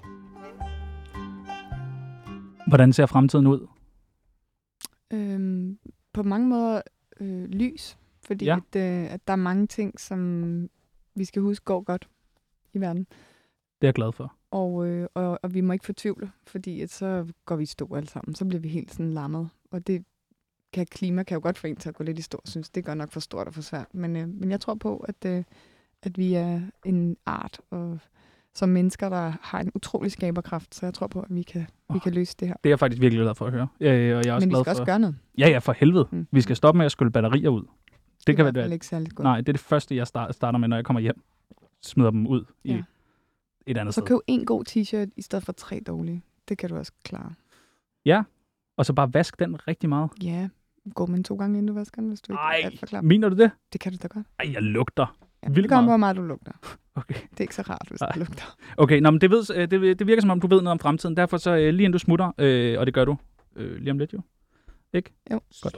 Hvordan ser fremtiden ud? På mange måder lys, fordi at der er mange ting, som vi skal huske går godt i verden. Det er jeg glad for. Og vi må ikke fortvivle, fordi at så går vi i stå alle sammen. Så bliver vi helt sådan lammet. Og det klima kan jo godt få en til at gå lidt i stå. Jeg synes, det gør nok for stort og for svært. Men jeg tror på, at vi er en art, og som mennesker, der har en utrolig skaberkraft. Så jeg tror på, at vi kan løse det her. Det er jeg faktisk virkelig glad for at høre. Og jeg er også Men vi glad skal også gøre noget. Ja, for helvede. Vi skal stoppe med at skylle batterier ud. Det kan være ikke særlig godt. Nej, det er det første, jeg starter med, når jeg kommer hjem. Smider dem ud et andet Så sted. køb en god t-shirt i stedet for 3 dårlige. Det kan du også klare. Ja, og så bare vask den rigtig meget. Ja, gå med 2 gange, inden du vasker den, hvis du ikke er alt for klar. Mener du det? Det kan du da godt. Ej, jeg lugter. Ja, Vildt det kommer, meget. hvor meget du lugter. Okay. Det er ikke så rart, hvis du lugter. Okay, nå, men det virker som om, du ved noget om fremtiden. Derfor så lige inden du smutter, og det gør du lige om lidt jo. Ikke? Jo. Godt.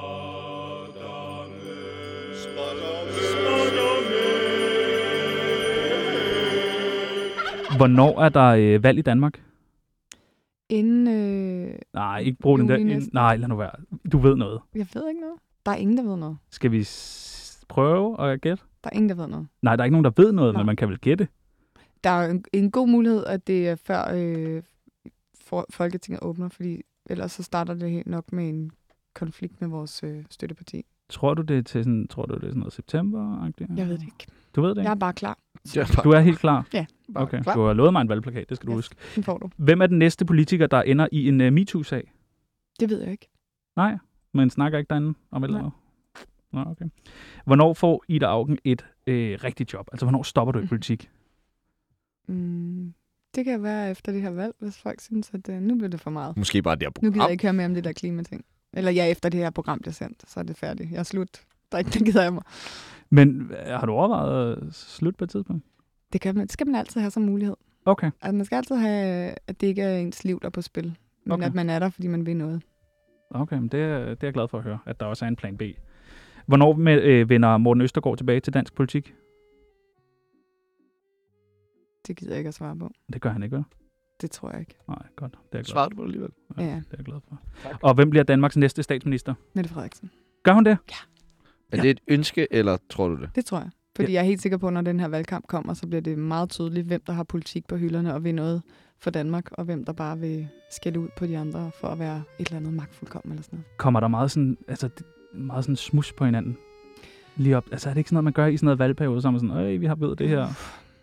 Hvornår er der valg i Danmark? Inden... Nej, ikke brug den der. Nej, lad nu være. Du ved noget. Jeg ved ikke noget. Der er ingen, der ved noget. Skal vi prøve at gætte? Der er ingen, der ved noget. Nej, der er ikke nogen, der ved noget, men man kan vel gætte. Der er en god mulighed, at det er før Folketinget åbner, fordi ellers så starter det helt nok med en konflikt med vores støtteparti. Tror du, det er til sådan noget september-agtigt? Jeg ved det ikke. Du ved det ikke? Jeg er bare klar. Du er helt klar? Ja. Okay, klar. du har lovet mig en valgplakat, det skal du huske. Den får du. Hvem er den næste politiker, der ender i en MeToo-sag? Det ved jeg ikke. Nej, men snakker ikke derinde om et eller andet? Nå, okay. Hvornår får Ida Auken et rigtigt job? Altså, hvornår stopper du i politik? Det kan være efter det her valg, hvis folk synes, at nu bliver det for meget. Måske bare det her program. Nu gider jeg ikke høre mere om det der klimating. Eller ja, efter det her program bliver sendt, så er det færdigt. Jeg er slut. Der er ikke, der gider jeg mig. Men har du overvejet at slutte på et tidspunkt? Det skal man altid have som mulighed. Okay. Altså, man skal altid have, at det ikke er ens liv, der er på spil. Men Okay. at man er der, fordi man vil noget. Okay, men det er jeg glad for at høre, at der også er en plan B. Hvornår vender Morten Østergaard tilbage til dansk politik? Det gider jeg ikke at svare på. Det gør han ikke, vel? Det tror jeg ikke. Nej, godt. Det er jeg glad Svarede du på det alligevel? Ja. Det er jeg glad for. Tak. Og hvem bliver Danmarks næste statsminister? Mette Frederiksen. Gør hun det? Ja. Er det et ønske, eller tror du det? Det tror jeg. Fordi jeg er helt sikker på, at når den her valgkamp kommer, så bliver det meget tydeligt, hvem der har politik på hylderne og vil noget for Danmark, og hvem der bare vil skælde ud på de andre for at være et eller andet magtfuldkommen eller sådan noget. Kommer der meget sådan smus på hinanden? Lige op. Altså er det ikke sådan noget, man gør i sådan noget valgperiode, så er man sådan, vi har ved det her.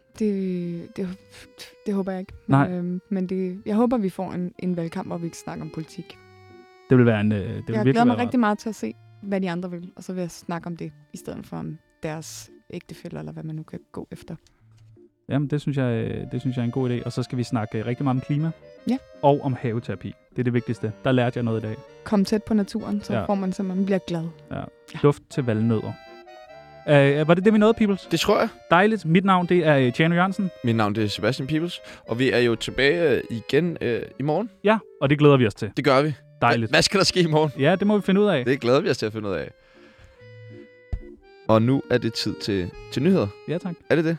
Det håber jeg ikke. Nej. Men jeg håber, vi får en valgkamp, hvor vi ikke snakker om politik. Det vil være en... Jeg glæder mig rigtig meget til at se, hvad de andre vil, og så vil jeg snakke om det, i stedet for om deres ægtefæller, eller hvad man nu kan gå efter. Jamen, det synes jeg er en god idé. Og så skal vi snakke rigtig meget om klima. Ja. Og om haveterapi. Det er det vigtigste. Der lærte jeg noget i dag. Kom tæt på naturen, så får man simpelthen bliver glad. Ja. Duft til valnødder. Var det vi nåede, Peoples? Det tror jeg. Dejligt. Mit navn, det er Tjano Jørgensen. Mit navn, det er Sebastian Peoples. Og vi er jo tilbage igen i morgen. Ja, og det glæder vi os til. Det gør vi. Dejligt. Hvad skal der ske i morgen? Ja, det må vi finde ud af. Det glæder vi os til at finde ud af. Og nu er det tid til nyheder. Ja, tak. Er det det?